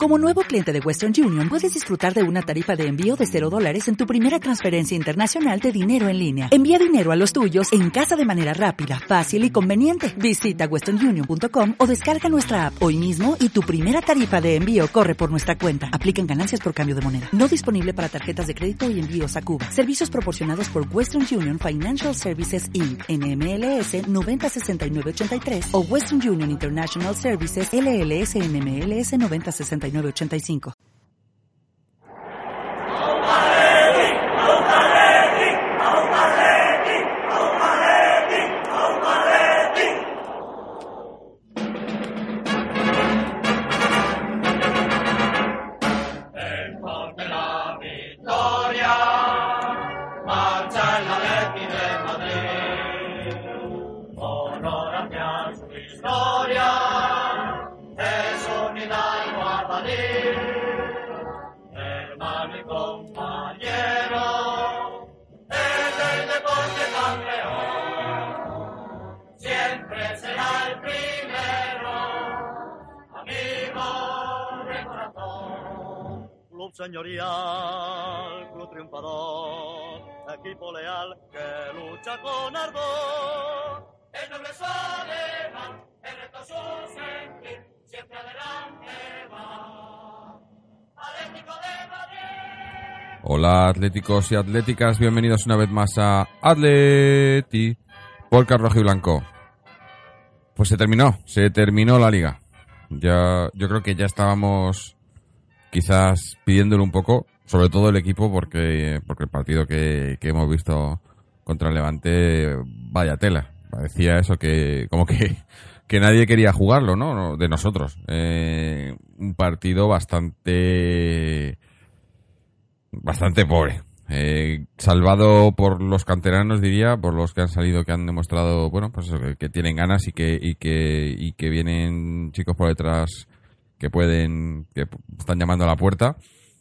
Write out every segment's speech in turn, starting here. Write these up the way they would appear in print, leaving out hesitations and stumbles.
Como nuevo cliente de Western Union, puedes disfrutar de una tarifa de envío de $0 en tu primera transferencia internacional de dinero en línea. Envía dinero a los tuyos en casa de manera rápida, fácil y conveniente. Visita westernunion.com o descarga nuestra app hoy mismo y tu primera tarifa de envío corre por nuestra cuenta. Aplican ganancias por cambio de moneda. No disponible para tarjetas de crédito y envíos a Cuba. Servicios proporcionados por Western Union Financial Services Inc. NMLS 906983 o Western Union International Services LLS NMLS 906985. Señorial, club triunfador, equipo leal que lucha con ardor. El noble alemán, el reto su sentir, siempre adelante va. Atlético de Madrid. Hola atléticos y atléticas, bienvenidos una vez más a Atleti Podcast Rojiblanco. Pues se terminó la liga. Yo creo que ya estábamos quizás pidiéndolo un poco, sobre todo el equipo, porque el partido que hemos visto contra el Levante, vaya tela. Parecía eso que nadie quería jugarlo, ¿no? De nosotros. Un partido bastante pobre. Salvado por los canteranos, diría, por los que han salido, que han demostrado, bueno, pues eso, que tienen ganas y que vienen chicos por detrás que están llamando a la puerta,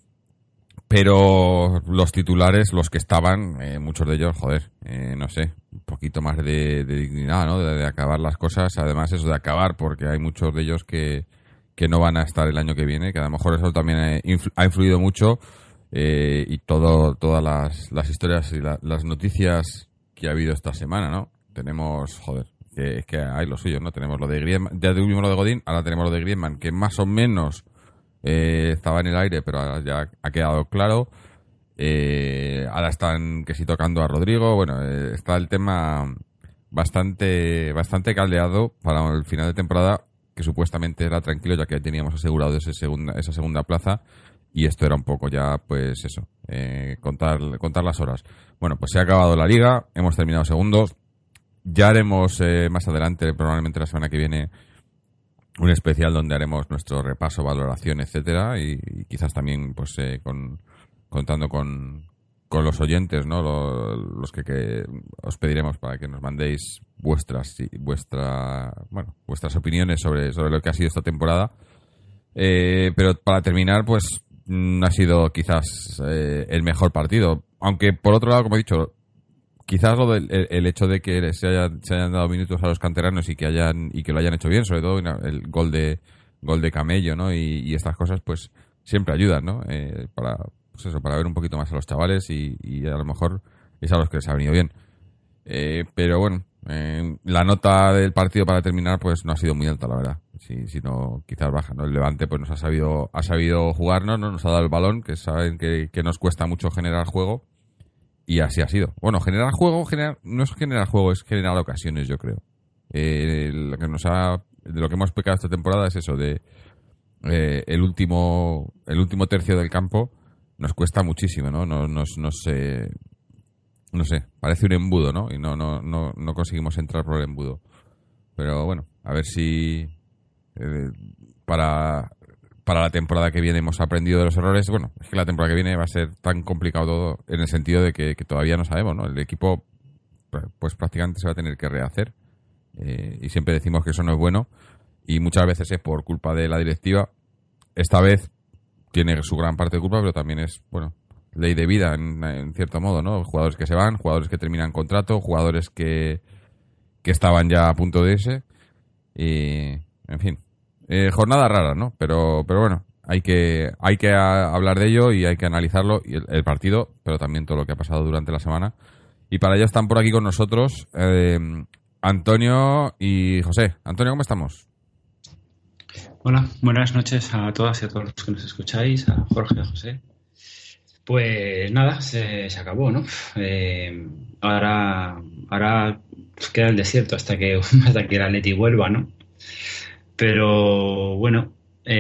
pero los titulares, los que estaban, muchos de ellos, no sé, un poquito más de dignidad, ¿no? De acabar las cosas, además eso de acabar, porque hay muchos de ellos que no van a estar el año que viene, que a lo mejor eso también ha influido mucho, y todas las historias y las noticias que ha habido esta semana, ¿no? Tenemos, es que hay lo suyo, ¿no? Tenemos lo de Griezmann, ya tuvimos lo de Godín, ahora tenemos lo de Griezmann, que más o menos estaba en el aire, pero ahora ya ha quedado claro. Ahora están que sí tocando a Rodrigo. Bueno, está el tema bastante caldeado para el final de temporada, que supuestamente era tranquilo, ya que teníamos asegurado esa segunda plaza, y esto era un poco ya, pues eso, contar las horas. Bueno, pues se ha acabado la liga, hemos terminado segundos. Ya haremos más adelante, probablemente la semana que viene, un especial donde haremos nuestro repaso, valoración, etcétera, y quizás también pues contando con los oyentes, ¿no? Los que os pediremos para que nos mandéis vuestras opiniones sobre lo que ha sido esta temporada. Pero para terminar, pues ha sido quizás el mejor partido, aunque por otro lado, como he dicho, quizás el hecho de que se hayan dado minutos a los canteranos y que lo hayan hecho bien, sobre todo el gol de Camello, ¿no? Y estas cosas, pues siempre ayudan, ¿no? Para ver un poquito más a los chavales y a lo mejor es a los que les ha venido bien. Pero bueno, la nota del partido para terminar, pues no ha sido muy alta, la verdad. Sino quizás baja, ¿no? El Levante pues ha sabido jugarnos, ¿no? Nos ha dado el balón, que saben que nos cuesta mucho generar juego. Y así ha sido. Bueno, generar juego no es generar juego, es generar ocasiones, yo creo. De lo que hemos pecado esta temporada es eso, de el último tercio del campo nos cuesta muchísimo, ¿no? No sé, parece un embudo, ¿no? Y no conseguimos entrar por el embudo. Pero bueno, a ver si para la temporada que viene hemos aprendido de los errores. Bueno, es que la temporada que viene va a ser tan complicado todo, en el sentido de que todavía no sabemos, ¿no? El equipo pues prácticamente se va a tener que rehacer, y siempre decimos que eso no es bueno, y muchas veces es por culpa de la directiva. Esta vez tiene su gran parte de culpa, pero también es, bueno, ley de vida en cierto modo, ¿no? Jugadores que se van, jugadores que terminan contrato, jugadores que estaban ya a punto de irse, y en fin, jornada rara, ¿no? Pero bueno, hablar de ello y hay que analizarlo, y el partido, pero también todo lo que ha pasado durante la semana. Y para ello están por aquí con nosotros Antonio y José. Antonio, ¿cómo estamos? Hola, buenas noches a todas y a todos los que nos escucháis, a Jorge, a José. Pues nada, se acabó, ¿no? Ahora queda el desierto hasta que el Atleti vuelva, ¿no? Pero bueno,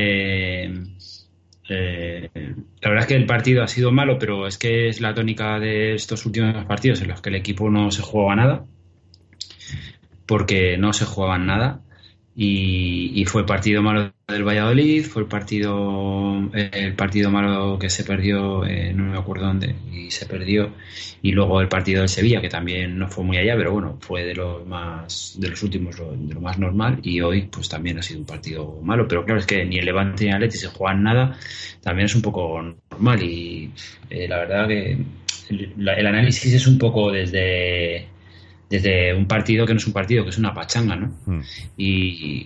la verdad es que el partido ha sido malo, pero es que es la tónica de estos últimos partidos en los que el equipo no se jugaba nada, porque no se jugaban nada. Y fue el partido malo del Valladolid, fue el partido malo que se perdió, no me acuerdo dónde, y se perdió, y luego el partido del Sevilla, que también no fue muy allá, pero bueno, fue de los últimos, de lo más normal, y hoy pues también ha sido un partido malo, pero claro, es que ni el Levante ni el Atleti se juegan nada, también es un poco normal, y la verdad que el análisis es un poco desde un partido que no es un partido, que es una pachanga, ¿no? Y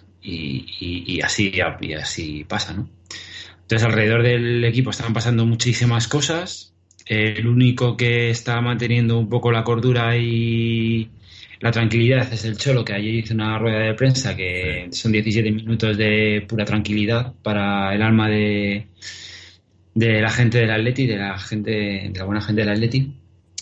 así pasa, ¿no? Entonces, alrededor del equipo están pasando muchísimas cosas. El único que está manteniendo un poco la cordura y la tranquilidad es el Cholo, que ayer hizo una rueda de prensa que son 17 minutos de pura tranquilidad para el alma de la gente del Atleti, de la buena gente del Atleti.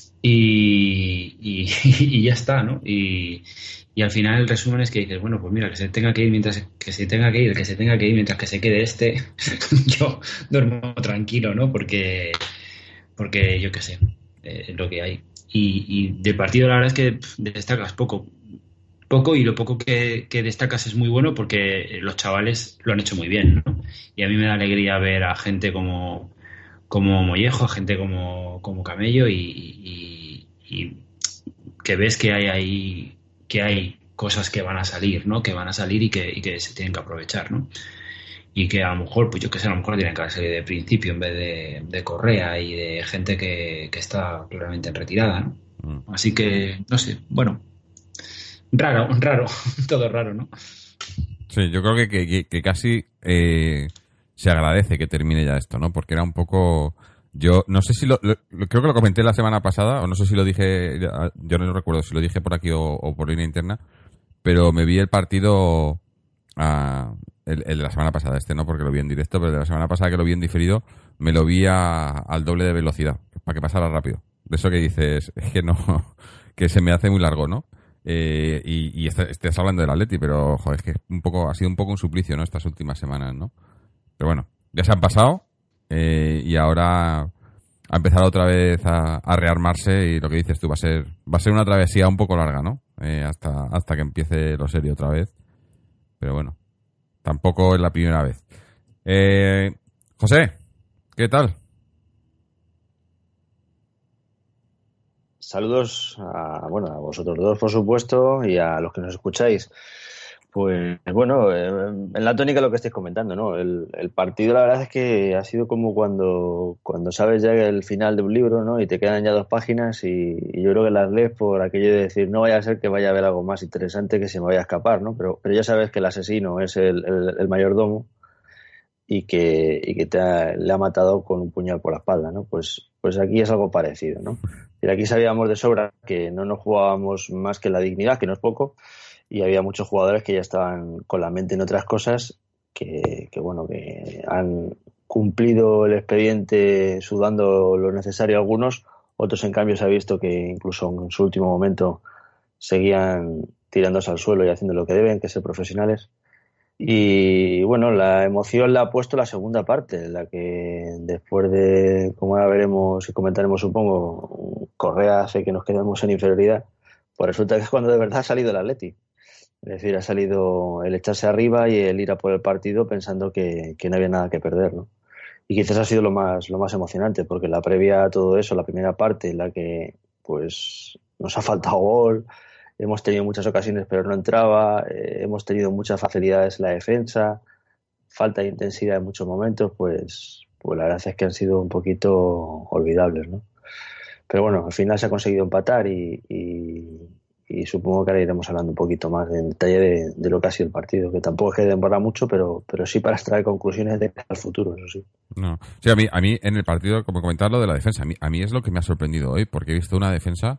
Y ya está, ¿no? Y al final el resumen es que dices, bueno, pues mira, que se tenga que ir mientras que se tenga que ir mientras que se quede yo duermo tranquilo, ¿no? Porque yo qué sé, es lo que hay. Y del partido la verdad es que destacas poco, y lo poco que destacas es muy bueno porque los chavales lo han hecho muy bien, ¿no? Y a mí me da alegría ver a gente como Mollejo, a gente como Camello y que ves que hay cosas que van a salir, ¿no? Que van a salir y que se tienen que aprovechar, ¿no? Y que a lo mejor, pues yo qué sé, a lo mejor tienen que salir de principio en vez de Correa y de gente que está claramente en retirada, ¿no? Así que, no sé, bueno, raro, todo raro, ¿no? Sí, yo creo que casi se agradece que termine ya esto, ¿no? Porque era un poco... Yo no sé si creo que lo comenté la semana pasada, o no sé si lo dije, yo no recuerdo si lo dije por aquí o por línea interna, pero me vi el partido, el de la semana pasada, no porque lo vi en directo, pero el de la semana pasada que lo vi en diferido, me lo vi al doble de velocidad, para que pasara rápido. De eso que dices, es que no, que se me hace muy largo, ¿no? Y estás hablando del Atleti, pero joder, es que ha sido un poco un suplicio, ¿no? Estas últimas semanas, ¿no? Pero bueno, ya se han pasado. Y ahora a empezar otra vez a rearmarse, y lo que dices tú va a ser una travesía un poco larga, ¿no? Hasta que empiece lo serio otra vez, pero bueno, tampoco es la primera vez. José, ¿qué tal? Saludos a vosotros dos, por supuesto, y a los que nos escucháis. Pues bueno, en la tónica lo que estáis comentando, ¿no? El partido, la verdad es que ha sido como cuando sabes ya el final de un libro, ¿no? Y te quedan ya 2 páginas y yo creo que las lees por aquello de decir, no vaya a ser que vaya a haber algo más interesante que se me vaya a escapar, ¿no? Pero ya sabes que el asesino es el mayordomo y que le ha matado con un puñal por la espalda, ¿no? Pues aquí es algo parecido, ¿no? Y aquí sabíamos de sobra que no nos jugábamos más que la dignidad, que no es poco, y había muchos jugadores que ya estaban con la mente en otras cosas que han cumplido el expediente sudando lo necesario algunos, otros en cambio se ha visto que incluso en su último momento seguían tirándose al suelo y haciendo lo que deben, que es ser profesionales. Y bueno, la emoción la ha puesto la segunda parte, la que después de, como ahora veremos y comentaremos supongo, Correa hace que nos quedemos en inferioridad, pues resulta que es cuando de verdad ha salido el Atleti. Es decir, ha salido el echarse arriba y el ir a por el partido pensando que no había nada que perder, ¿no? Y quizás ha sido lo más emocionante, porque la previa a todo eso, la primera parte, en la que pues nos ha faltado gol, hemos tenido muchas ocasiones pero no entraba, hemos tenido muchas facilidades en la defensa, falta de intensidad en muchos momentos, pues la verdad es que han sido un poquito olvidables, ¿no? Pero bueno, al final se ha conseguido empatar y y supongo que ahora iremos hablando un poquito más en detalle de lo que ha sido el partido, que tampoco es que demora mucho, pero sí para extraer conclusiones de cara al futuro, eso sí. No. Sí, a mí en el partido, como comentar lo de la defensa, a mí es lo que me ha sorprendido hoy, porque he visto una defensa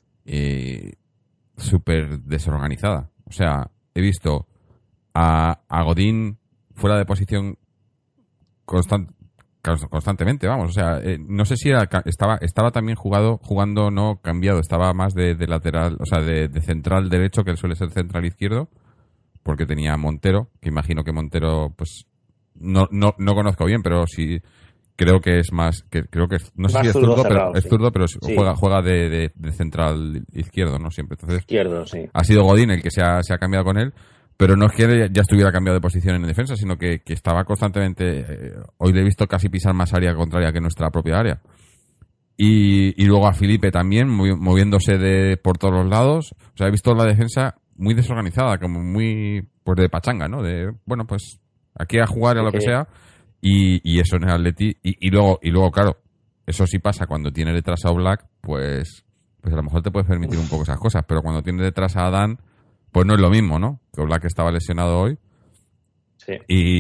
súper desorganizada. O sea, he visto a Godín fuera de posición constantemente, vamos. O sea, no sé si estaba también jugando no cambiado, estaba más de lateral, o sea, de central derecho, que él suele ser central izquierdo, porque tenía a Montero, que imagino que Montero, pues, no conozco bien, pero sí creo que es más, creo que no sé si es zurdo, cerrado, pero es zurdo, pero sí. juega de central izquierdo, ¿no? Siempre. Entonces, izquierdo, sí. Ha sido Godín el que se ha cambiado con él, pero no es que ya estuviera cambiado de posición en defensa, sino que estaba constantemente, hoy le he visto casi pisar más área contraria que nuestra propia área. Y luego a Felipe también, moviéndose por todos los lados. O sea, he visto la defensa muy desorganizada, como muy, pues de pachanga, ¿no? De, bueno, pues aquí a jugar a lo que sea. Y eso en el Atleti. Y luego, claro, eso sí pasa cuando tiene detrás a Oblak, pues a lo mejor te puedes permitir un poco esas cosas. Pero cuando tiene detrás a Adán, pues no es lo mismo, ¿no? Que Oblak estaba lesionado hoy. Sí.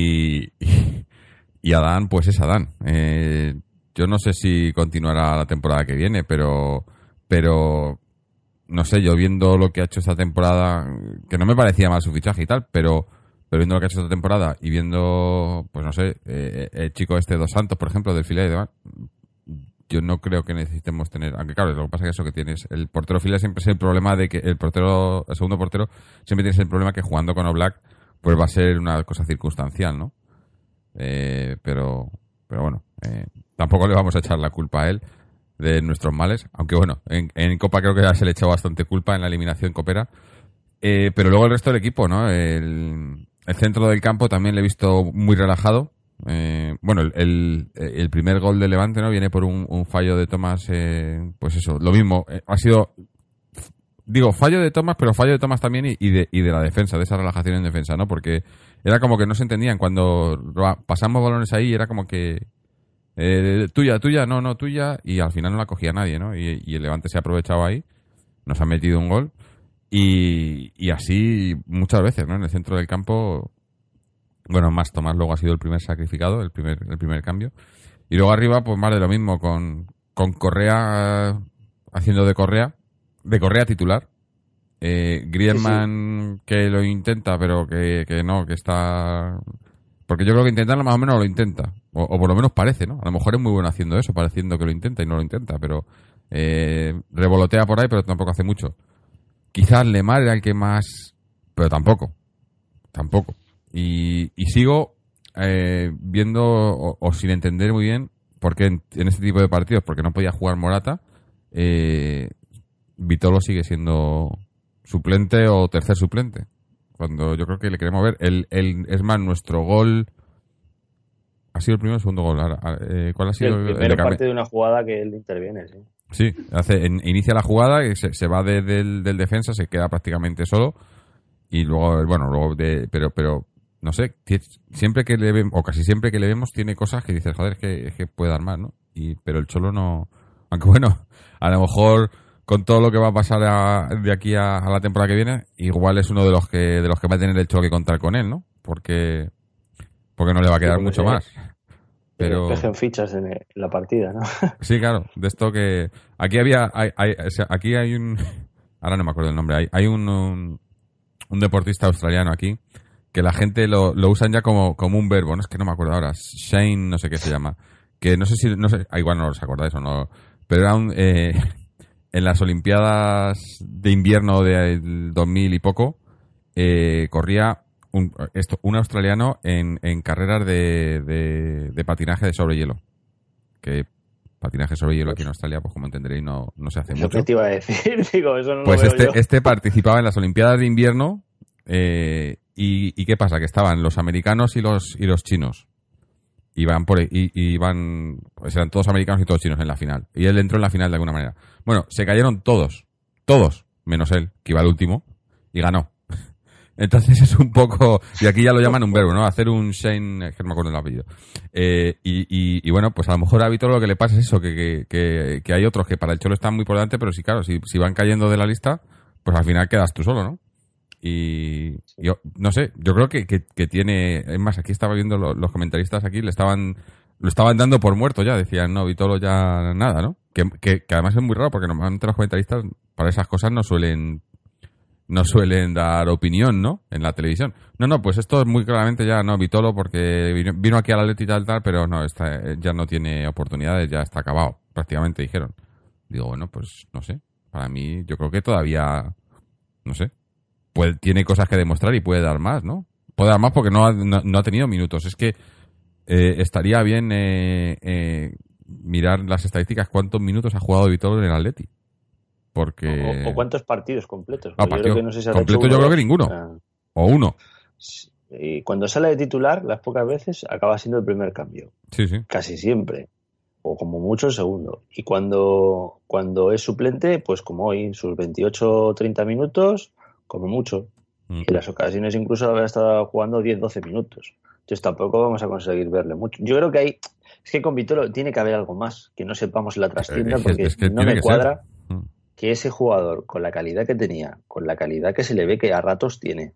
Y Adán, pues es Adán. Yo no sé si continuará la temporada que viene, pero no sé, yo viendo lo que ha hecho esta temporada, que no me parecía mal su fichaje y tal, pero viendo lo que ha hecho esta temporada y viendo, pues no sé, el chico Dos Santos, por ejemplo, del filial y demás, yo no creo que necesitemos tener, aunque claro, lo que pasa es que eso que tienes, el portero filial siempre es el problema de que el segundo portero, siempre tienes el problema que jugando con Oblak, pues va a ser una cosa circunstancial, ¿no? Pero bueno, tampoco le vamos a echar la culpa a él de nuestros males, aunque bueno, en Copa creo que ya se le echó bastante culpa en la eliminación copera, pero luego el resto del equipo, ¿no? El centro del campo también le he visto muy relajado. Bueno, el primer gol de Levante, ¿no? Viene por un fallo de Tomás, pues eso, lo mismo, ha sido, digo, fallo de Tomás, pero fallo de Tomás también y de la defensa, de esa relajación en defensa, ¿no? Porque era como que no se entendían cuando pasamos balones ahí, era como que tuya, no, tuya, y al final no la cogía nadie, ¿no? Y el Levante se ha aprovechado ahí, nos ha metido un gol, y así muchas veces, ¿no? En el centro del campo, bueno, más Tomás luego ha sido el primer sacrificado, el primer cambio, y luego arriba, pues más de lo mismo, con Correa haciendo de Correa titular, Griezmann sí. Que lo intenta, pero que no, que está... Porque yo creo que intentarlo más o menos lo intenta. O por lo menos parece, ¿no? A lo mejor es muy bueno haciendo eso, pareciendo que lo intenta y no lo intenta, pero revolotea por ahí, pero tampoco hace mucho. Quizás Lemar era el que más... Pero tampoco. Y sigo viendo o sin entender muy bien por qué en este tipo de partidos, porque no podía jugar Morata, Vitolo sigue siendo suplente o tercer suplente. Cuando yo creo que le queremos ver. Es más, nuestro gol... ¿Ha sido el primero o el segundo gol? ¿Cuál ha sido? El primero parte de una jugada que él interviene, sí. Sí, inicia la jugada y se va del defensa, se queda prácticamente solo. Y luego, pero no sé, siempre que le vemos, o casi siempre que le vemos, tiene cosas que dices, joder, es que puede dar más, ¿no? Pero el Cholo no... Aunque bueno, a lo mejor... Con todo lo que va a pasar de aquí a la temporada que viene, igual es uno de los que va a tener el Cholo que contar con él, ¿no? Porque no le va a quedar mucho más. Pero dejen fichas en la partida, ¿no? Sí, claro. De esto que aquí aquí hay un, ahora no me acuerdo el nombre. Hay un deportista australiano aquí que la gente lo usan ya como un verbo, no es que no me acuerdo ahora. Shane, no sé qué se llama. Que no sé, igual no os acordáis o no. Pero era en las Olimpiadas de invierno del 2000 y poco, corría un australiano en carreras de patinaje sobre hielo. Que patinaje sobre hielo aquí en Australia, pues como entenderéis, no se hace mucho. ¿Qué te iba a decir? Digo, eso no pues lo veo yo. Este participaba en las Olimpiadas de invierno y ¿qué pasa? Que estaban los americanos y los chinos. Iban pues eran todos americanos y todos chinos en la final. Y él entró en la final de alguna manera. Bueno, se cayeron todos, menos él, que iba al último, y ganó. Entonces es un poco, y aquí ya lo llaman un verbo, ¿no? Hacer un Shane, que no me acuerdo el apellido. Y bueno, pues a lo mejor a Víctor lo que le pasa es eso, que hay otros que para el Cholo están muy por delante, pero sí, claro, si van cayendo de la lista, pues al final quedas tú solo, ¿no? Y yo no sé, yo creo que tiene, es más, aquí estaba viendo los comentaristas aquí, lo estaban dando por muerto ya, decían, no, Vitolo ya nada, ¿no? Que además es muy raro porque normalmente los comentaristas para esas cosas no suelen dar opinión, ¿no? En la televisión. No, pues esto es muy claramente ya, no, Vitolo porque vino aquí al Atleti y tal, pero no, ya no tiene oportunidades, ya está acabado, prácticamente dijeron. Digo, bueno, pues no sé, para mí yo creo que todavía, no sé, tiene cosas que demostrar y puede dar más, ¿no? Puede dar más porque no ha tenido minutos. Es que estaría bien mirar las estadísticas, cuántos minutos ha jugado Vitolo en el Atleti. Porque... O cuántos partidos completos. Yo creo que no sé si completo yo creo que ninguno. O uno. Y cuando sale de titular, las pocas veces, acaba siendo el primer cambio. Sí. Casi siempre. O como mucho el segundo. Y cuando es suplente, pues como hoy, sus 28 o 30 minutos, como mucho. Y en las ocasiones incluso habrá estado jugando 10-12 minutos. Entonces tampoco vamos a conseguir verle mucho. Yo creo que es que con Vitolo tiene que haber algo más que no sepamos en la trastienda, porque no me cuadra que ese jugador, con la calidad que tenía, con la calidad que se le ve que a ratos tiene,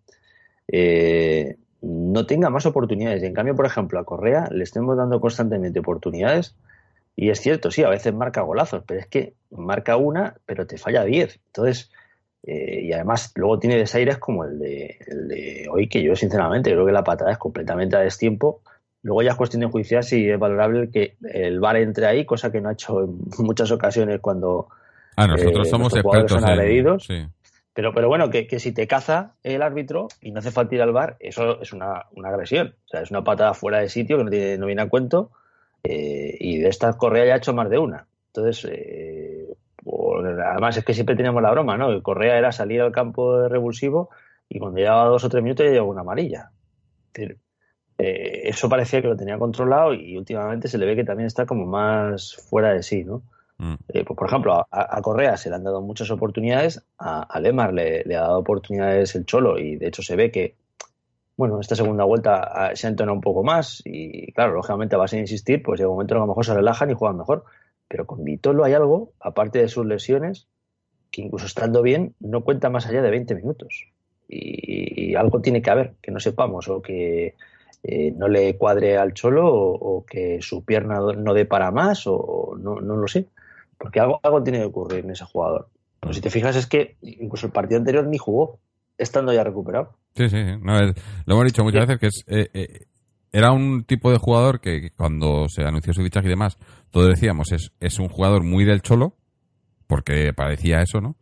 no tenga más oportunidades. Y en cambio, por ejemplo, a Correa le estemos dando constantemente oportunidades y es cierto, sí, a veces marca golazos, pero es que marca una, pero te falla 10. Entonces, y además luego tiene desaires como el de hoy, que yo sinceramente creo que la patada es completamente a destiempo. Luego ya es cuestión de enjuiciar si es valorable que el VAR entre ahí, cosa que no ha hecho en muchas ocasiones cuando nosotros somos expertos son agredidos. Sí. Pero bueno, que si te caza el árbitro y no hace falta ir al VAR, eso es una agresión. O sea, es una patada fuera de sitio que no viene a cuento. Y de esta Correa ya ha hecho más de una. Entonces, además es que siempre teníamos la broma, ¿no? Que Correa era salir al campo de revulsivo y cuando llevaba 2 o 3 minutos ya llevaba una amarilla. Es decir, eso parecía que lo tenía controlado y últimamente se le ve que también está como más fuera de sí, ¿no? Pues por ejemplo, a Correa se le han dado muchas oportunidades, a Lemar le ha dado oportunidades el Cholo y de hecho se ve que, bueno, esta segunda vuelta se ha entonado un poco más y claro, lógicamente vas a insistir, pues llega un momento en que a lo mejor se relajan y juegan mejor. Pero con Vitolo hay algo, aparte de sus lesiones, que incluso estando bien no cuenta más allá de 20 minutos. Y algo tiene que haber, que no sepamos, o que no le cuadre al Cholo, o que su pierna no dé para más, o no lo sé. Porque algo tiene que ocurrir en ese jugador. Pero si te fijas es que incluso el partido anterior ni jugó, estando ya recuperado. Sí. No, lo hemos dicho muchas veces que era un tipo de jugador que cuando se anunció su fichaje y demás, todos decíamos, es un jugador muy del Cholo, porque parecía eso, ¿no?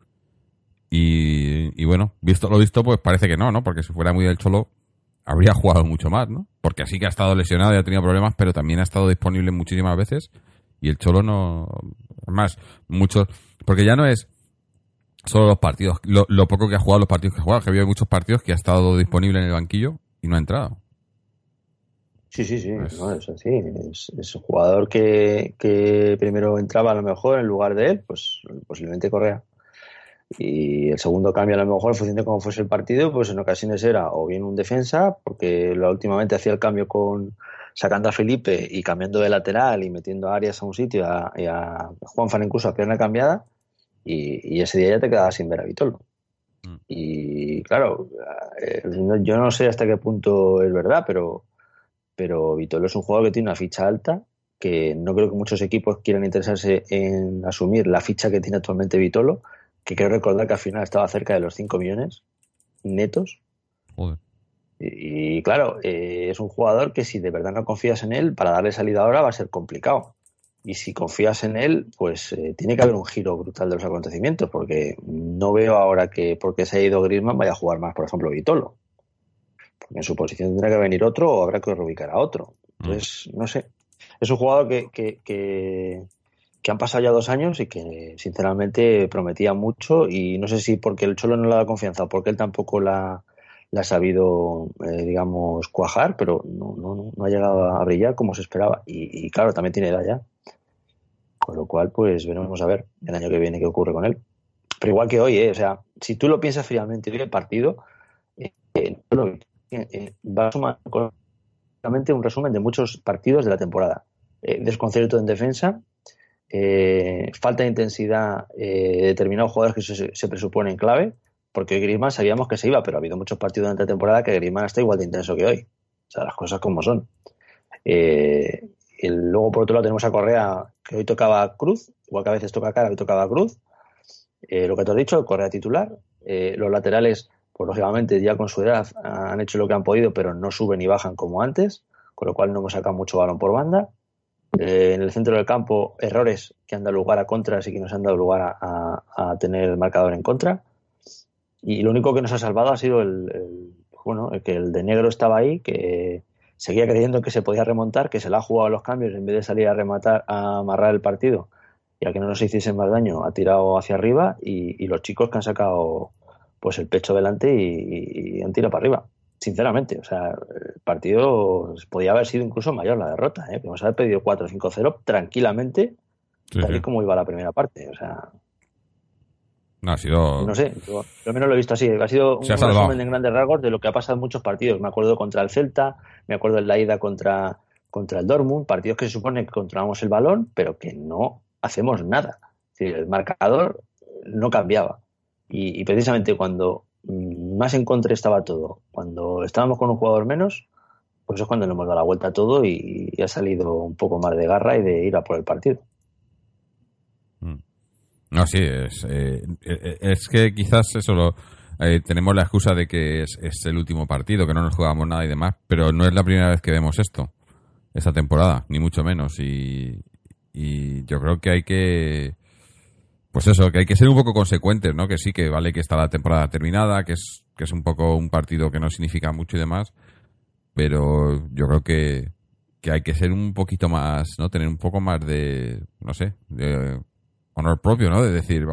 Y bueno, visto lo visto, pues parece que no, porque si fuera muy del Cholo, habría jugado mucho más, ¿no? Porque así que ha estado lesionado y ha tenido problemas, pero también ha estado disponible muchísimas veces y el Cholo no... Además, muchos... Porque ya no es solo los partidos, lo poco que ha jugado, los partidos que ha jugado, que había muchos partidos que ha estado disponible en el banquillo y no ha entrado. Sí, no, es así. Es un jugador que primero entraba a lo mejor en lugar de él, pues posiblemente Correa. Y el segundo cambio a lo mejor, en función de cómo fuese el partido, pues en ocasiones era o bien un defensa, porque últimamente hacía el cambio sacando a Felipe y cambiando de lateral y metiendo a Arias a un sitio y a Juanfran incluso a pierna cambiada, y ese día ya te quedabas sin ver a Vitolo. Y claro, yo no sé hasta qué punto es verdad, pero Vitolo es un jugador que tiene una ficha alta, que no creo que muchos equipos quieran interesarse en asumir la ficha que tiene actualmente Vitolo, que quiero recordar que al final estaba cerca de los 5 millones netos. Joder. Y claro, es un jugador que si de verdad no confías en él, para darle salida ahora va a ser complicado. Y si confías en él, pues tiene que haber un giro brutal de los acontecimientos, porque no veo ahora que porque se ha ido Griezmann vaya a jugar más, por ejemplo, Vitolo. Porque en su posición tendrá que venir otro o habrá que reubicar a otro. Entonces, no sé. Es un jugador que han pasado ya 2 años y que sinceramente prometía mucho, y no sé si porque el Cholo no le da confianza o porque él tampoco la ha sabido, digamos, cuajar, pero no ha llegado a brillar como se esperaba. Y claro, también tiene edad ya. Con lo cual, pues veremos a ver el año que viene qué ocurre con él. Pero igual que hoy, o sea, si tú lo piensas fríamente, hoy el partido va a sumar completamente un resumen de muchos partidos de la temporada. Desconcierto en defensa, falta de intensidad de determinados jugadores que se presuponen clave, porque hoy Griezmann sabíamos que se iba, pero ha habido muchos partidos durante la temporada que Griezmann está igual de intenso que hoy. O sea, las cosas como son. Y luego, por otro lado, tenemos a Correa, que hoy tocaba Cruz, igual que a veces toca Cara, hoy tocaba Cruz. Lo que te has dicho, Correa titular. Los laterales, pues lógicamente, ya con su edad han hecho lo que han podido, pero no suben ni bajan como antes, con lo cual no hemos sacado mucho balón por banda. En el centro del campo, errores que han dado lugar a contras y que nos han dado lugar a tener el marcador en contra. Y lo único que nos ha salvado ha sido el que el de negro estaba ahí, que seguía creyendo que se podía remontar, que se la ha jugado a los cambios en vez de salir a rematar, a amarrar el partido y a que no nos hiciesen más daño, ha tirado hacia arriba y los chicos que han sacado pues el pecho delante y han tirado para arriba. Sinceramente, o sea, el partido podía haber sido incluso mayor la derrota, podemos haber pedido 4-5-0 tranquilamente, tal y como iba la primera parte, o sea... No, ha sido... No sé, yo al menos lo he visto así. Ha sido un resumen en grandes rasgos de lo que ha pasado en muchos partidos. Me acuerdo contra el Celta, me acuerdo en la ida contra el Dortmund, partidos que se supone que controlamos el balón, pero que no hacemos nada. Es decir, el marcador no cambiaba. Y precisamente cuando más en contra estaba todo, cuando estábamos con un jugador menos, pues es cuando le hemos dado la vuelta a todo y ha salido un poco más de garra y de ir a por el partido. No, sí, es que quizás eso tenemos la excusa de que es el último partido, que no nos jugamos nada y demás, pero no es la primera vez que vemos esta temporada, ni mucho menos. Y yo creo que hay que, pues eso, que hay que ser un poco consecuentes, ¿no? Que sí, que vale que está la temporada terminada, que es un poco un partido que no significa mucho y demás, pero yo creo que hay que ser un poquito más, ¿no? Tener un poco más de, no sé, de honor propio, ¿no? De decir,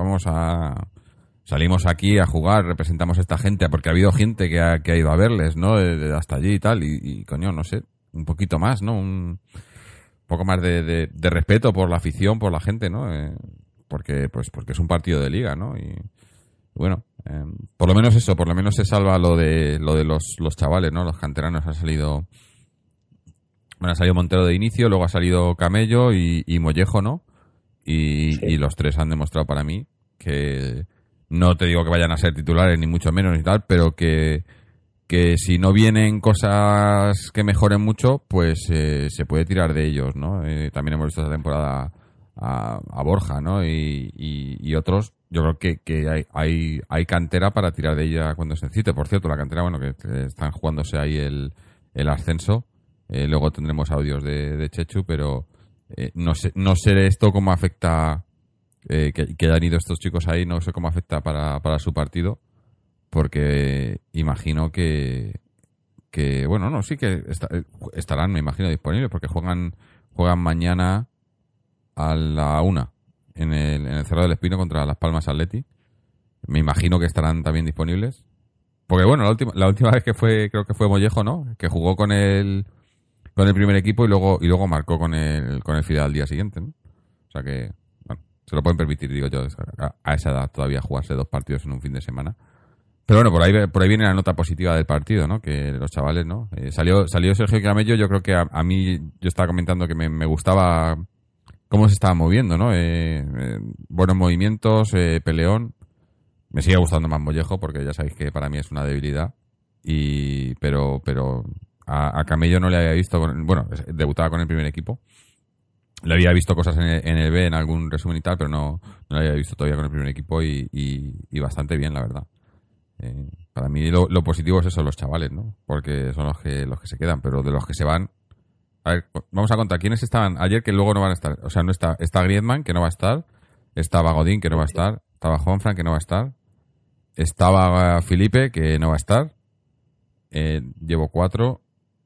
salimos aquí a jugar, representamos a esta gente, porque ha habido gente que ha ido a verles, ¿no? Hasta allí y tal, y coño, no sé, un poquito más, ¿no? Un poco más de respeto por la afición, por la gente, ¿no? Porque es un partido de liga, ¿no? Y bueno, por lo menos eso, por lo menos se salva lo de los chavales, ¿no? Los canteranos ha salido Montero de inicio, luego ha salido Camello y Mollejo, ¿no? Y los tres han demostrado para mí que no te digo que vayan a ser titulares ni mucho menos ni tal, pero que si no vienen cosas que mejoren mucho, pues se puede tirar de ellos, ¿no? También hemos visto esta temporada a Borja, ¿no? Y otros. Yo creo que hay cantera para tirar de ella cuando se necesite. Por cierto, la cantera, bueno, que están jugándose ahí el ascenso. Luego tendremos audios de Chechu, pero no sé esto cómo afecta que hayan ido estos chicos ahí, no sé cómo afecta para su partido, porque imagino que bueno, no, sí que estarán, me imagino, disponibles, porque juegan mañana a la 1 en el Cerro del Espino contra Las Palmas Athletic. Me imagino que estarán también disponibles, porque bueno, la última vez que fue, creo que fue Mollejo, ¿no? Que jugó con el primer equipo y luego marcó con el Fidel al día siguiente, ¿no? O sea que, bueno, se lo pueden permitir, digo yo, a esa edad todavía jugarse 2 partidos en un fin de semana. Pero bueno, por ahí viene la nota positiva del partido, ¿no? Que los chavales, ¿no? Salió Sergio Camello, yo creo que a mí, yo estaba comentando que me gustaba cómo se estaba moviendo, ¿no? Buenos movimientos, peleón. Me sigue gustando más Mollejo porque ya sabéis que para mí es una debilidad. Pero a Camello no le había visto, debutaba con el primer equipo. Le había visto cosas en el B, en algún resumen y tal, pero no le había visto todavía con el primer equipo y bastante bien, la verdad. Para mí lo positivo es eso, los chavales, ¿no? Porque son los que se quedan, pero de los que se van... A ver, vamos a contar quiénes estaban ayer que luego no van a estar. O sea, no está Griezmann, que no va a estar. Estaba Godín, que no va a estar. Estaba Juanfran, que no va a estar. Estaba Felipe, que no va a estar. Llevo 4.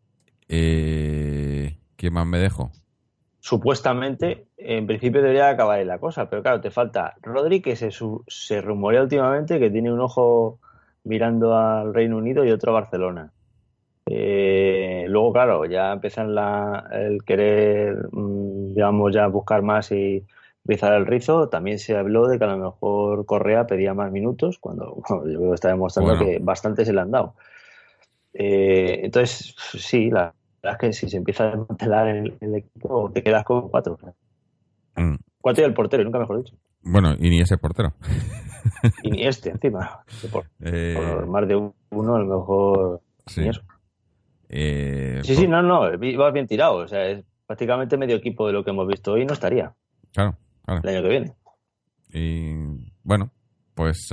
¿Quién más me dejo? Supuestamente, en principio debería acabar ahí la cosa, pero claro, te falta Rodri, que se rumorea últimamente que tiene un ojo mirando al Reino Unido y otro a Barcelona. Luego, claro, ya empiezan el querer, digamos, ya buscar más y rizar el rizo. También se habló de que a lo mejor Correa pedía más minutos, cuando yo creo que está demostrando que bastante se le han dado. Entonces, sí, la verdad es que si se empieza a desmantelar el equipo, te quedas con 4. 4 y el portero, nunca mejor dicho. Bueno, y ni ese portero. Y ni encima. Por más de uno, a lo mejor. Sí. Ni eso. Sí, no, ibas bien tirado. O sea, es prácticamente medio equipo de lo que hemos visto hoy no estaría. Claro. El año que viene. Y bueno, pues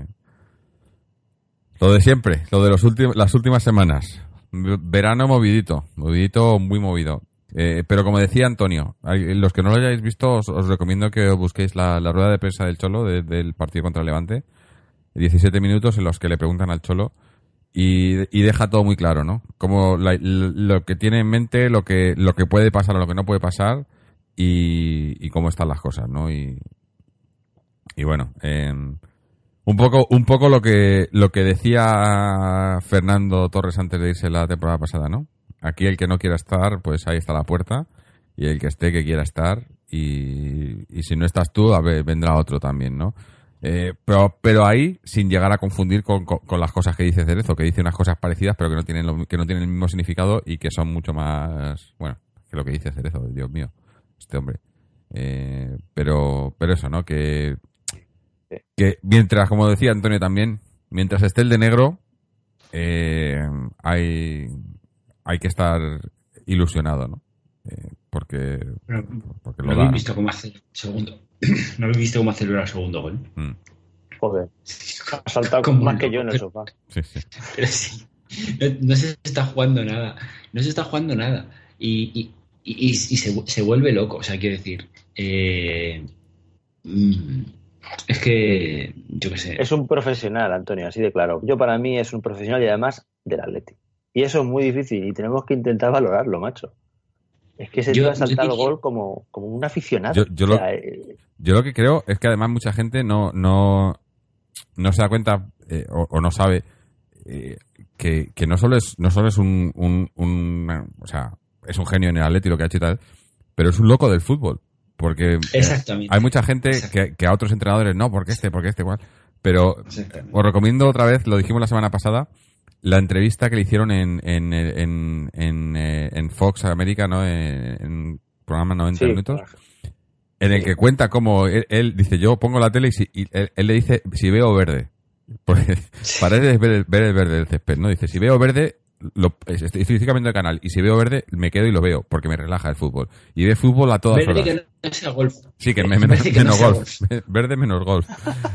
lo de siempre, lo de las últimas semanas. Verano movidito, muy movido. Pero como decía Antonio, los que no lo hayáis visto, os recomiendo que busquéis la rueda de prensa del Cholo del partido contra el Levante. 17 minutos en los que le preguntan al Cholo y deja todo muy claro, ¿no? Como lo que tiene en mente, lo que puede pasar o lo que no puede pasar y cómo están las cosas, ¿no? Y bueno, un poco lo que decía Fernando Torres antes de irse la temporada pasada, ¿no? Aquí el que no quiera estar, pues ahí está la puerta, y el que esté que quiera estar, y si no estás tú, a ver, vendrá otro también, ¿no? Pero ahí, sin llegar a confundir con las cosas que dice Cerezo, que dice unas cosas parecidas, pero que no tienen el mismo significado y que son mucho más, bueno, que lo que dice Cerezo, Dios mío, este hombre. Pero eso, ¿no? Que mientras, como decía Antonio también, mientras esté el de negro, hay que estar ilusionado, ¿no? Porque ¿No habéis visto cómo hace el segundo? ¿No habéis visto cómo acelera el segundo gol? Joder, ha saltado más que yo en el sofá. Sí. Pero sí, no se está jugando nada. No se está jugando nada. Y se vuelve loco. O sea, quiero decir... es que, yo qué sé. Es un profesional, Antonio, así de claro. Para mí es un profesional y además del Atleti. Y eso es muy difícil y tenemos que intentar valorarlo, macho. Es que ese tío ha saltado el gol como un aficionado. Yo lo que creo es que además mucha gente no se da cuenta o no sabe que no solo es un o sea, es un genio en el Atleti lo que ha hecho y tal, pero es un loco del fútbol. Porque hay mucha gente que a otros entrenadores no, porque igual. Pero os recomiendo otra vez, lo dijimos la semana pasada, la entrevista que le hicieron en Fox América, ¿no? En programa 90 minutos, en el que cuenta cómo él dice, yo pongo la tele y él le dice si veo verde. Porque para él es ver el verde del césped, ¿no? Dice, si veo verde, estoy físicamente el canal, y si veo verde, me quedo y lo veo, porque me relaja el fútbol. Y ve fútbol a todas horas. Verde que no sea golf. Sí, que menos golf. Verde menos golf.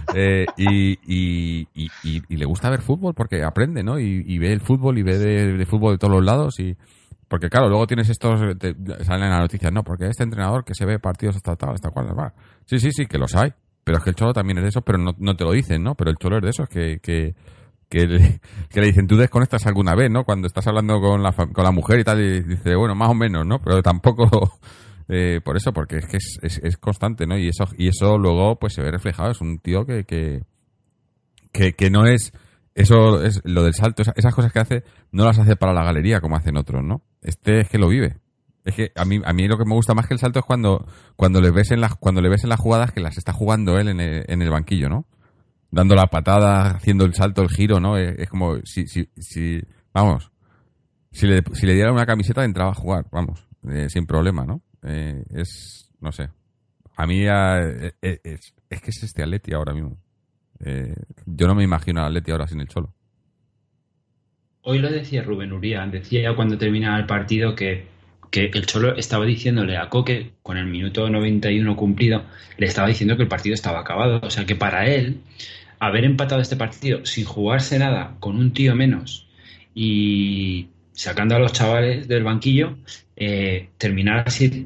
Y le gusta ver fútbol porque aprende, ¿no? Y ve el fútbol y ve de fútbol de todos los lados y... Porque claro, luego tienes salen en las noticias, no, porque este entrenador que se ve partidos hasta cual, va. Sí, que los hay. Pero es que el Cholo también es de esos, pero no te lo dicen, ¿no? Pero el Cholo es de esos que le dicen, tú desconectas alguna vez, ¿no? Cuando estás hablando con la mujer y tal, y dice, bueno, más o menos, ¿no? Pero tampoco por eso, porque es que es constante, ¿no? Y eso luego pues se ve reflejado. Es un tío que no es... Eso es lo del salto, esas cosas que hace, no las hace para la galería como hacen otros, ¿no? Es que lo vive. Es que a mí lo que me gusta más que el salto es cuando le ves en las jugadas que las está jugando él en el banquillo, ¿no? Dando la patada, haciendo el salto, el giro, ¿no? Es como vamos, si le diera una camiseta entraba a jugar, vamos, sin problema, ¿no? No sé. A mí es que es este Atleti ahora mismo. Yo no me imagino al Atleti ahora sin el Cholo. Hoy lo decía Rubén Uría, decía cuando terminaba el partido que el Cholo estaba diciéndole a Coque, con el minuto 91 cumplido, le estaba diciendo que el partido estaba acabado. O sea que para él, haber empatado este partido sin jugarse nada, con un tío menos y sacando a los chavales del banquillo, terminar así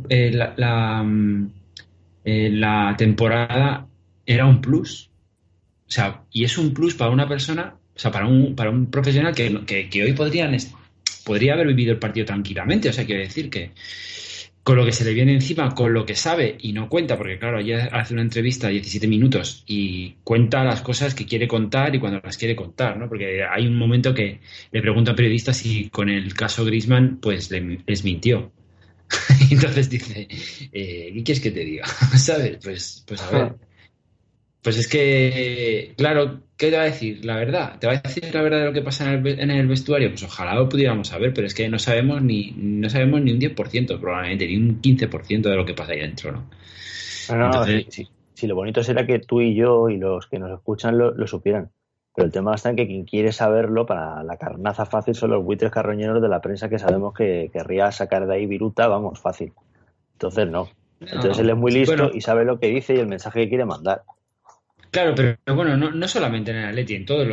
la temporada era un plus. O sea, y es un plus para una persona, o sea, para un profesional que hoy podría haber vivido el partido tranquilamente. O sea, quiero decir que con lo que se le viene encima, con lo que sabe y no cuenta, porque claro, ella hace una entrevista de 17 minutos y cuenta las cosas que quiere contar y cuando las quiere contar, ¿no? Porque hay un momento que le pregunta a periodistas si con el caso Griezmann, pues les mintió. Entonces dice, ¿qué quieres que te diga? ¿Sabes? Pues a ver. Pues es que, claro, ¿qué te va a decir? La verdad. ¿Te va a decir la verdad de lo que pasa en el vestuario? Pues ojalá lo pudiéramos saber, pero es que no sabemos ni un 10%, probablemente, ni un 15% de lo que pasa ahí dentro, ¿no? Entonces, sí. si lo bonito sería que tú y yo y los que nos escuchan lo supieran. Pero el tema está en que quien quiere saberlo, para la carnaza fácil, son los buitres carroñeros de la prensa que sabemos que querría sacar de ahí viruta, vamos, fácil. Entonces no. Entonces él es muy listo Bueno, y sabe lo que dice y el mensaje que quiere mandar. claro, pero bueno, no solamente en el Atleti,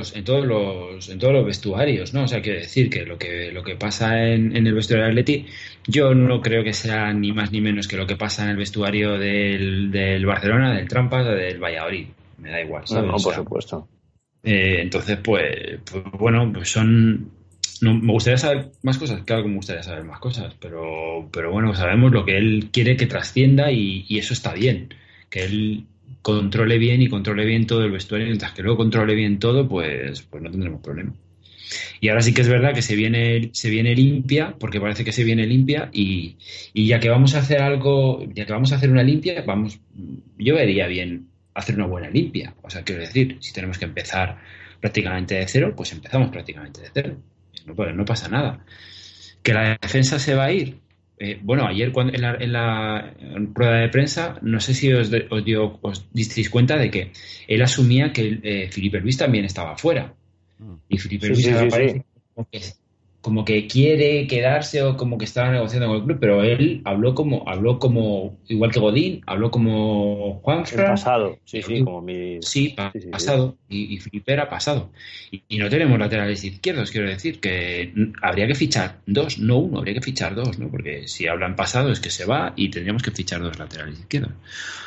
en todos los vestuarios, ¿no? O sea, quiero decir que lo que pasa en el vestuario del Atleti, yo no creo que sea ni más ni menos que lo que pasa en el vestuario del Barcelona, del Trampas o del Valladolid. Me da igual, ¿sabes? No, O por sea, supuesto. entonces, pues bueno, pues son... No, me gustaría saber más cosas, claro que me gustaría saber más cosas, pero bueno, sabemos lo que él quiere que trascienda y eso está bien, que él controle bien y controle bien todo el vestuario, mientras que luego controle bien todo, pues no tendremos problema. Y ahora sí que es verdad que se viene limpia, porque parece que se viene limpia y ya que vamos a hacer algo, ya que vamos a hacer una limpia, yo vería bien hacer una buena limpia. O sea, quiero decir, si tenemos que empezar prácticamente de cero, pues empezamos prácticamente de cero. No pasa nada. Que la defensa se va a ir. Bueno, ayer en la rueda de prensa, no sé si os disteis cuenta de que él asumía que Filipe Luis también estaba fuera. Y Filipe Luis ahora parece como que quiere quedarse o como que estaba negociando con el club, pero él habló como igual que Godín, habló como El Juanfran. pasado, como mi... Sí, pasado. Y Filipe era pasado. Y no tenemos laterales izquierdos, quiero decir, que habría que fichar dos, no uno, habría que fichar dos, ¿no? Porque si hablan pasado es que se va y tendríamos que fichar dos laterales izquierdos.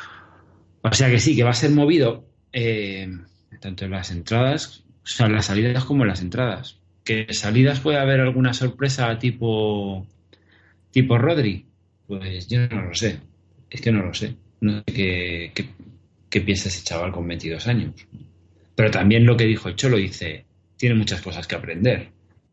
O sea que sí, que va a ser movido tanto en las entradas, o sea, en las salidas como en las entradas. Que salidas puede haber alguna sorpresa tipo Rodri, pues yo no lo sé. Es que no lo sé. No sé qué piensa ese chaval con 22 años. Pero también lo que dijo el Cholo, dice, tiene muchas cosas que aprender.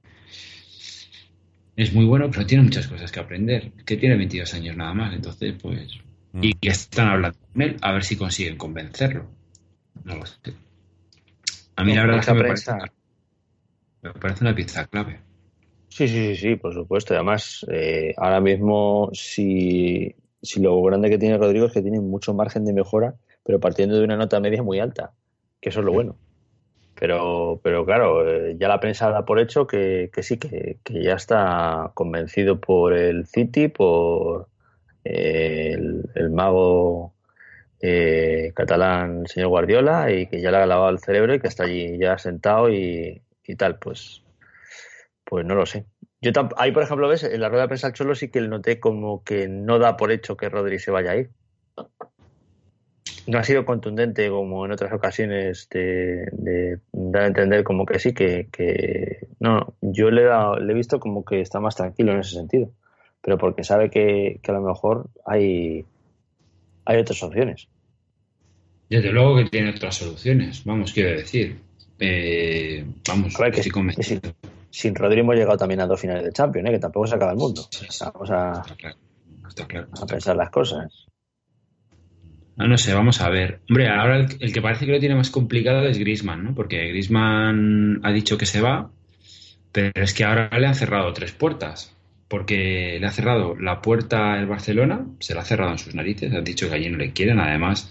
Es muy bueno, pero tiene muchas cosas que aprender. Que tiene 22 años nada más, entonces pues... Y están hablando con él, a ver si consiguen convencerlo. No lo sé. A mí la verdad es que me parece una pieza clave. Sí, por supuesto. Y además, ahora mismo, si lo grande que tiene Rodrigo es que tiene mucho margen de mejora, pero partiendo de una nota media muy alta, que eso es lo bueno. Pero claro, ya la prensa da por hecho que sí, que ya está convencido por el City, por el mago catalán, el señor Guardiola, y que ya le ha lavado el cerebro y que está allí ya sentado y tal, pues no lo sé. Ahí, por ejemplo, ves, en la rueda de prensa del Cholo sí que noté como que no da por hecho que Rodri se vaya a ir. No ha sido contundente como en otras ocasiones de dar a entender como que sí, que no, yo le he visto como que está más tranquilo en ese sentido, pero porque sabe que a lo mejor hay otras opciones. Desde luego que tiene otras soluciones, vamos, quiero decir. Vamos, a ver, estoy convencido. Sin Rodri hemos llegado también a 2 finales de Champions, que tampoco se acaba el mundo. Sí. Vamos a pensar las cosas. No sé, vamos a ver. Hombre, ahora el que parece que lo tiene más complicado es Griezmann, ¿no? Porque Griezmann ha dicho que se va, pero es que ahora le han cerrado 3 puertas. Porque le ha cerrado la puerta el Barcelona, se la ha cerrado en sus narices, han dicho que allí no le quieren. Además,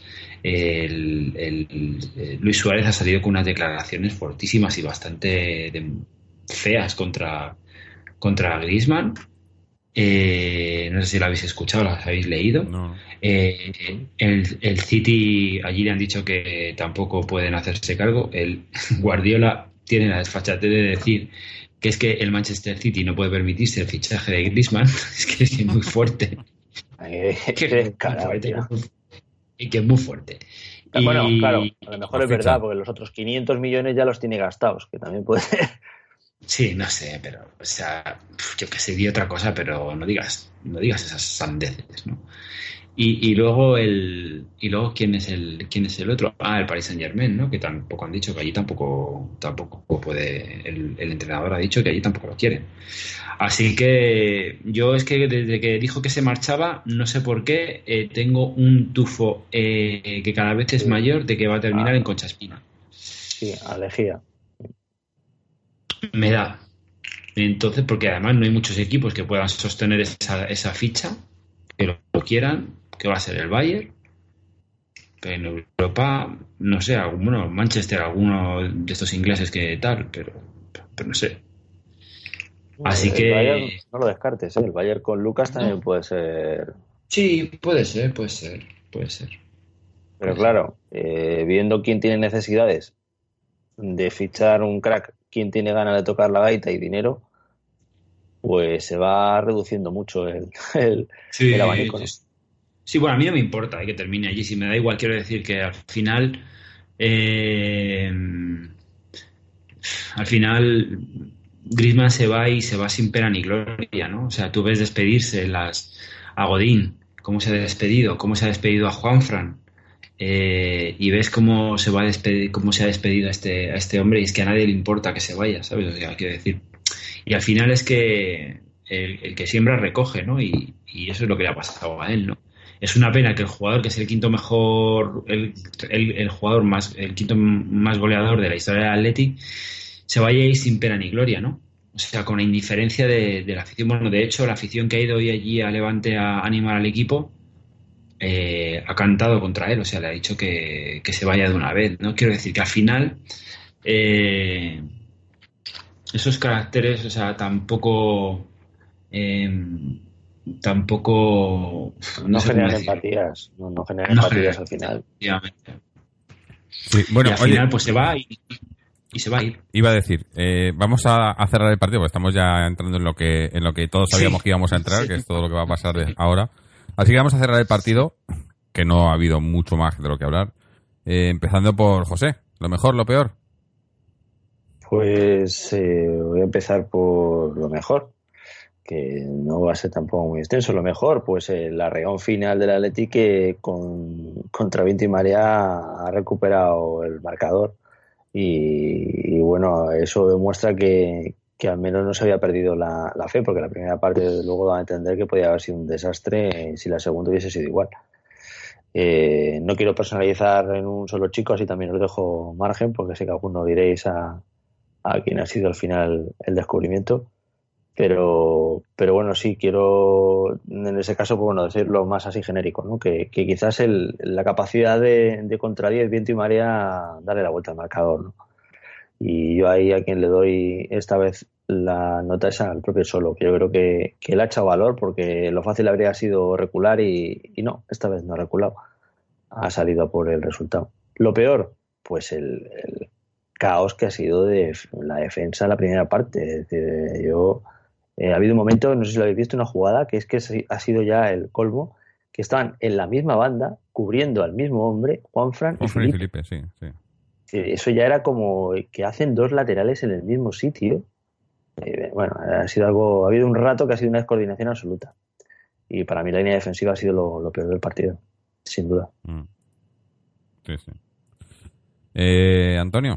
Luis Suárez ha salido con unas declaraciones fortísimas y bastante feas contra Griezmann. No sé si la habéis escuchado, las habéis leído. No. El City, allí le han dicho que tampoco pueden hacerse cargo. El Guardiola tiene la desfachatez de decir que es que el Manchester City no puede permitirse el fichaje de Griezmann. Es que es muy fuerte. Y que es muy fuerte. Bueno, claro, a lo mejor es verdad, porque los otros 500 millones ya los tiene gastados, que también puede ser. Sí, no sé, pero, o sea, yo que sé, di otra cosa, pero no digas esas sandeces, ¿no? Y luego quién es el otro, el Paris Saint-Germain, ¿no? Que tampoco han dicho que allí tampoco puede, el entrenador ha dicho que allí tampoco lo quieren. Así que yo es que desde que dijo que se marchaba, no sé por qué, tengo un tufo que cada vez es mayor de que va a terminar en Concha Espina. Sí, Alejía. Me da. Entonces, porque además no hay muchos equipos que puedan sostener esa ficha, que lo quieran, que va a ser el Bayern. Pero en Europa, no sé, Manchester, alguno de estos ingleses que tal, pero no sé. Así el que... Bayern, no lo descartes, ¿eh? El Bayern con Lucas también puede ser. Sí, puede ser. Pero claro, viendo quién tiene necesidades de fichar un crack, quién tiene ganas de tocar la gaita y dinero, pues se va reduciendo mucho el abanico, ¿no? Sí, bueno, a mí no me importa que termine allí. Si me da igual, quiero decir que al final Griezmann se va y se va sin pena ni gloria, ¿no? O sea, tú ves despedirse a Godín, cómo se ha despedido a Juanfran, y ves cómo se ha despedido a este hombre, y es que a nadie le importa que se vaya, ¿sabes? O sea, quiero decir. Y al final es que el que siembra recoge, ¿no? Y eso es lo que le ha pasado a él, ¿no? Es una pena que el jugador que es el quinto mejor, el quinto más goleador de la historia del Atleti, se vaya a ir sin pena ni gloria, ¿no? O sea, con la indiferencia de la afición. Bueno, de hecho, la afición que ha ido hoy allí a Levante a animar al equipo ha cantado contra él, o sea, le ha dicho que se vaya de una vez, ¿no? Quiero decir que al final esos caracteres, o sea, tampoco no generan empatías, no generan empatías al final. Sí, bueno, y al final pues se va y se va a ir. Iba a decir, vamos a cerrar el partido, porque estamos ya entrando en lo que todos sabíamos que íbamos a entrar, que es todo lo que va a pasar ahora. Así que vamos a cerrar el partido, que no ha habido mucho más de lo que hablar. Empezando por José, lo mejor, lo peor. Pues voy a empezar por lo mejor, que no va a ser tampoco muy extenso. Lo mejor, pues el arreón final del Atleti, que contra viento y marea ha recuperado el marcador. Y bueno, eso demuestra que al menos no se había perdido la fe, porque la primera parte luego da a entender que podía haber sido un desastre si la segunda hubiese sido igual. No quiero personalizar en un solo chico, así también os dejo margen, porque sé que algunos diréis a quien ha sido al final el descubrimiento. Pero bueno, sí, quiero en ese caso, pues bueno, decirlo más así genérico, ¿no? Que quizás la capacidad de contra 10, viento y marea, darle la vuelta al marcador, ¿no? Y yo ahí a quien le doy esta vez la nota es al propio Solo, que yo creo que él ha echado valor, porque lo fácil habría sido recular y no, esta vez no ha reculado, ha salido a por el resultado. Lo peor, pues el caos que ha sido de la defensa en la primera parte. Es decir, ha habido un momento, no sé si lo habéis visto, una jugada que ha sido ya el colmo, que estaban en la misma banda, cubriendo al mismo hombre, Juanfran y Felipe. Sí. Eso ya era como que hacen dos laterales en el mismo sitio. Bueno, ha habido un rato que ha sido una descoordinación absoluta. Y para mí la línea defensiva ha sido lo peor del partido, sin duda. Sí. Antonio.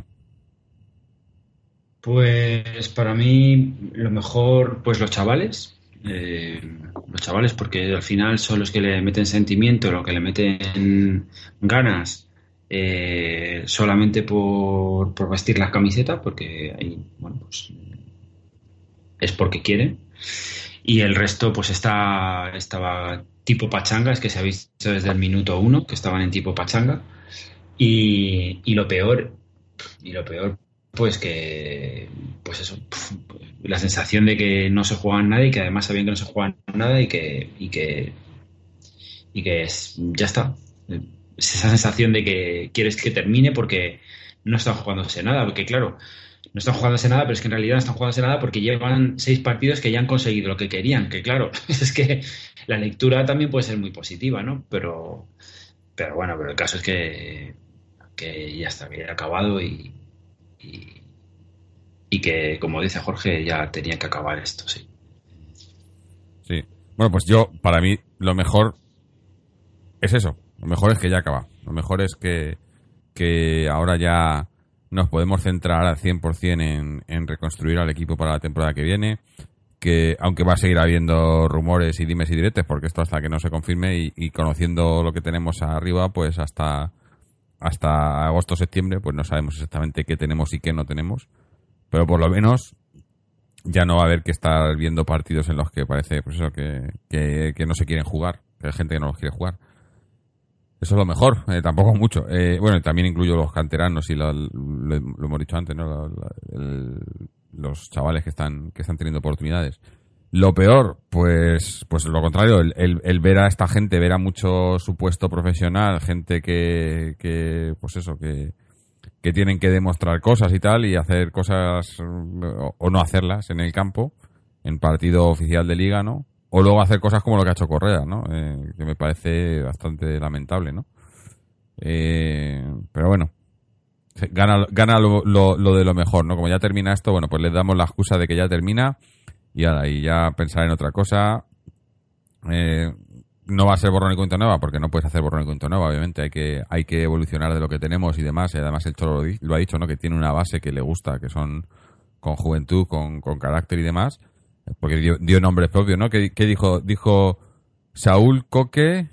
Pues para mí lo mejor, pues los chavales, porque al final son los que le meten sentimiento, los que le meten ganas, solamente por vestir las camisetas, porque ahí, bueno, pues es porque quieren. Y el resto pues estaba tipo pachanga, es que se ha visto desde el minuto 1 que estaban en tipo pachanga. Y lo peor pues que, pues eso, la sensación de que no se juegan nada, y que además sabían que no se juegan nada, y que ya está. Es esa sensación de que quieres que termine porque no están jugándose nada, porque claro, no están jugándose nada, pero es que en realidad no están jugándose nada porque llevan 6 partidos que ya han conseguido lo que querían, que claro, es que la lectura también puede ser muy positiva, ¿no? Pero bueno, pero el caso es que ya está, que ya ha acabado y que, como dice Jorge, ya tenía que acabar esto, sí. Sí. Bueno, pues para mí, lo mejor es eso. Lo mejor es que ya acaba. Lo mejor es que ahora ya nos podemos centrar al 100% en reconstruir al equipo para la temporada que viene. Que aunque va a seguir habiendo rumores y dimes y diretes, porque esto hasta que no se confirme, y conociendo lo que tenemos arriba, pues hasta agosto, septiembre, pues no sabemos exactamente qué tenemos y qué no tenemos. Pero por lo menos ya no va a haber que estar viendo partidos en los que parece, pues eso, que no se quieren jugar, que hay gente que no los quiere jugar. Eso es lo mejor, tampoco mucho. Bueno, también incluyo los canteranos y lo hemos dicho antes, ¿no? Los chavales que están teniendo oportunidades. Lo peor, pues lo contrario, el ver a esta gente, ver a mucho supuesto profesional, gente pues eso, que tienen que demostrar cosas y tal, y hacer cosas o no hacerlas en el campo, en partido oficial de liga, ¿no? O luego hacer cosas como lo que ha hecho Correa, ¿no? Que me parece bastante lamentable, ¿no? Pero bueno, gana lo de lo mejor, ¿no? Como ya termina esto, bueno, pues le damos la excusa de que ya termina y ahora y ya pensar en otra cosa. No va a ser borrón y cuenta nueva, porque no puedes hacer borrón y cuenta nueva, obviamente. Hay que evolucionar de lo que tenemos y demás. Y además el Cholo lo ha dicho, ¿no? Que tiene una base que le gusta, que son con juventud, con carácter y demás. Porque dio nombres propios, ¿no? ¿Qué dijo? Dijo Saúl, Coque,